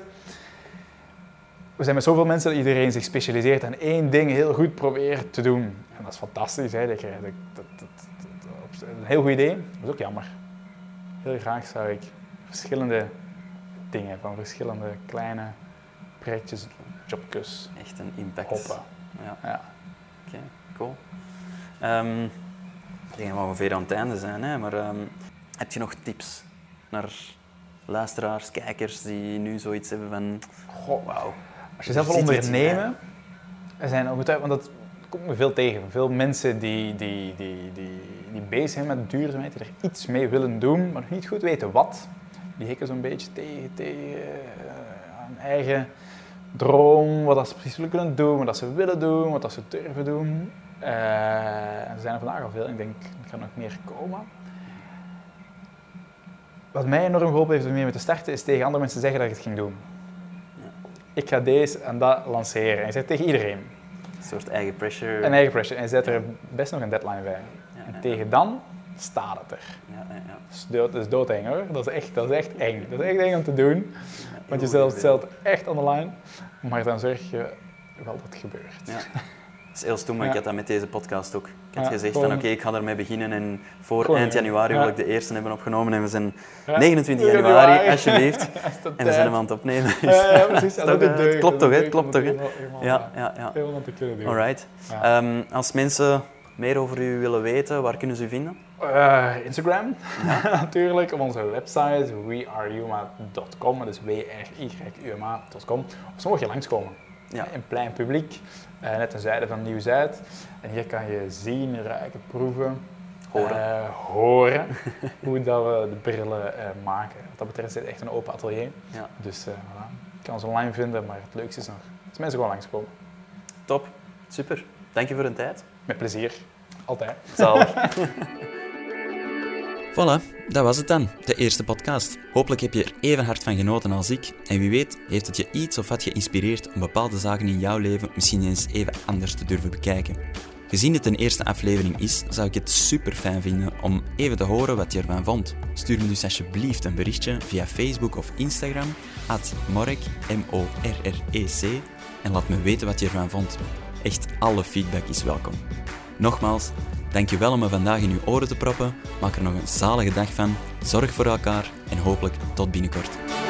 Speaker 2: We zijn met zoveel mensen dat iedereen zich specialiseert en één ding heel goed probeert te doen. En dat is fantastisch, hè? Dat, dat, dat, dat, dat, een heel goed idee, dat is ook jammer. Heel graag zou ik verschillende dingen, van verschillende kleine projectjes, jobjes.
Speaker 1: Echt een impact.
Speaker 2: Hoppen.
Speaker 1: Ja.
Speaker 2: Ja.
Speaker 1: Oké, okay, cool. Um, ik denk dat we ongeveer aan het einde zijn, hè? Maar um, heb je nog tips naar luisteraars, kijkers die nu zoiets hebben van...
Speaker 2: Goh, wauw. Als je zelf wil ondernemen, er zijn ongetwijfeld, want dat kom me veel tegen. Veel mensen die, die, die, die, die bezig zijn met duurzaamheid, die er iets mee willen doen, maar nog niet goed weten wat. Die hikken zo'n beetje tegen, tegen uh, hun eigen droom, wat dat ze precies willen kunnen doen, wat dat ze willen doen, wat dat ze durven doen. Uh, er zijn er vandaag al veel, ik denk, er gaan nog meer komen. Wat mij enorm geholpen heeft om mee te starten, is tegen andere mensen zeggen dat ik het ging doen. Ja. Ik ga deze en dat lanceren. En je zegt tegen iedereen.
Speaker 3: Een soort eigen pressure.
Speaker 2: Een eigen pressure. En je zet er best nog een deadline bij. Ja, en ja, tegen ja. dan staat het er.
Speaker 3: Ja, ja, ja.
Speaker 2: Dat, is dood, dat is doodeng hoor. Dat is, echt, dat is echt eng. Dat is echt eng om te doen. Ja, want je stelt het echt on the line. Maar dan zorg je wel dat het gebeurt. Ja.
Speaker 3: Het is heel stoem, maar ja. ik had dat met deze podcast ook. Ik had ja, gezegd
Speaker 2: gewoon,
Speaker 3: van oké, okay, ik ga ermee beginnen en voor
Speaker 2: gewoon,
Speaker 3: eind januari
Speaker 2: ja.
Speaker 3: wil ik de eerste hebben opgenomen en we zijn
Speaker 2: ja.
Speaker 3: negenentwintig januari, alsjeblieft. En we zijn hem aan het opnemen.
Speaker 2: Ja, ja, precies. Dat
Speaker 3: toch,
Speaker 2: deugd,
Speaker 3: het klopt toch, hè? Het klopt toch, hè?
Speaker 2: Ja,
Speaker 3: ja, ja.
Speaker 2: Veel om te kunnen doen.
Speaker 3: Alright. Ja. Um, als mensen meer over u willen weten, waar kunnen ze u vinden?
Speaker 2: Uh, Instagram, ja. natuurlijk, op onze website we are yuma dot com, dus w r y u m a dot com. Of ze mogen je langskomen. Ja. In plein publiek, uh, net ten zuiden van Nieuw-Zuid. En hier kan je zien, ruiken, proeven,
Speaker 3: horen,
Speaker 2: uh, horen hoe dat we de brillen uh, maken. Wat dat betreft is het echt een open atelier. Ja. Dus uh, voilà. Je kan ons online vinden, maar het leukste is nog dat mensen gewoon langskomen.
Speaker 3: Top, super. Dank je voor de tijd.
Speaker 2: Met plezier, altijd.
Speaker 3: Zalig.
Speaker 1: Voilà, dat was het dan, de eerste podcast. Hopelijk heb je er even hard van genoten als ik. En wie weet heeft het je iets of wat geïnspireerd om bepaalde zaken in jouw leven misschien eens even anders te durven bekijken. Gezien het een eerste aflevering is, zou ik het super fijn vinden om even te horen wat je ervan vond. Stuur me dus alsjeblieft een berichtje via Facebook of Instagram, at morek, M O R R E C, en laat me weten wat je ervan vond. Echt alle feedback is welkom. Nogmaals, dankjewel om me vandaag in uw oren te proppen. Maak er nog een zalige dag van. Zorg voor elkaar en hopelijk tot binnenkort.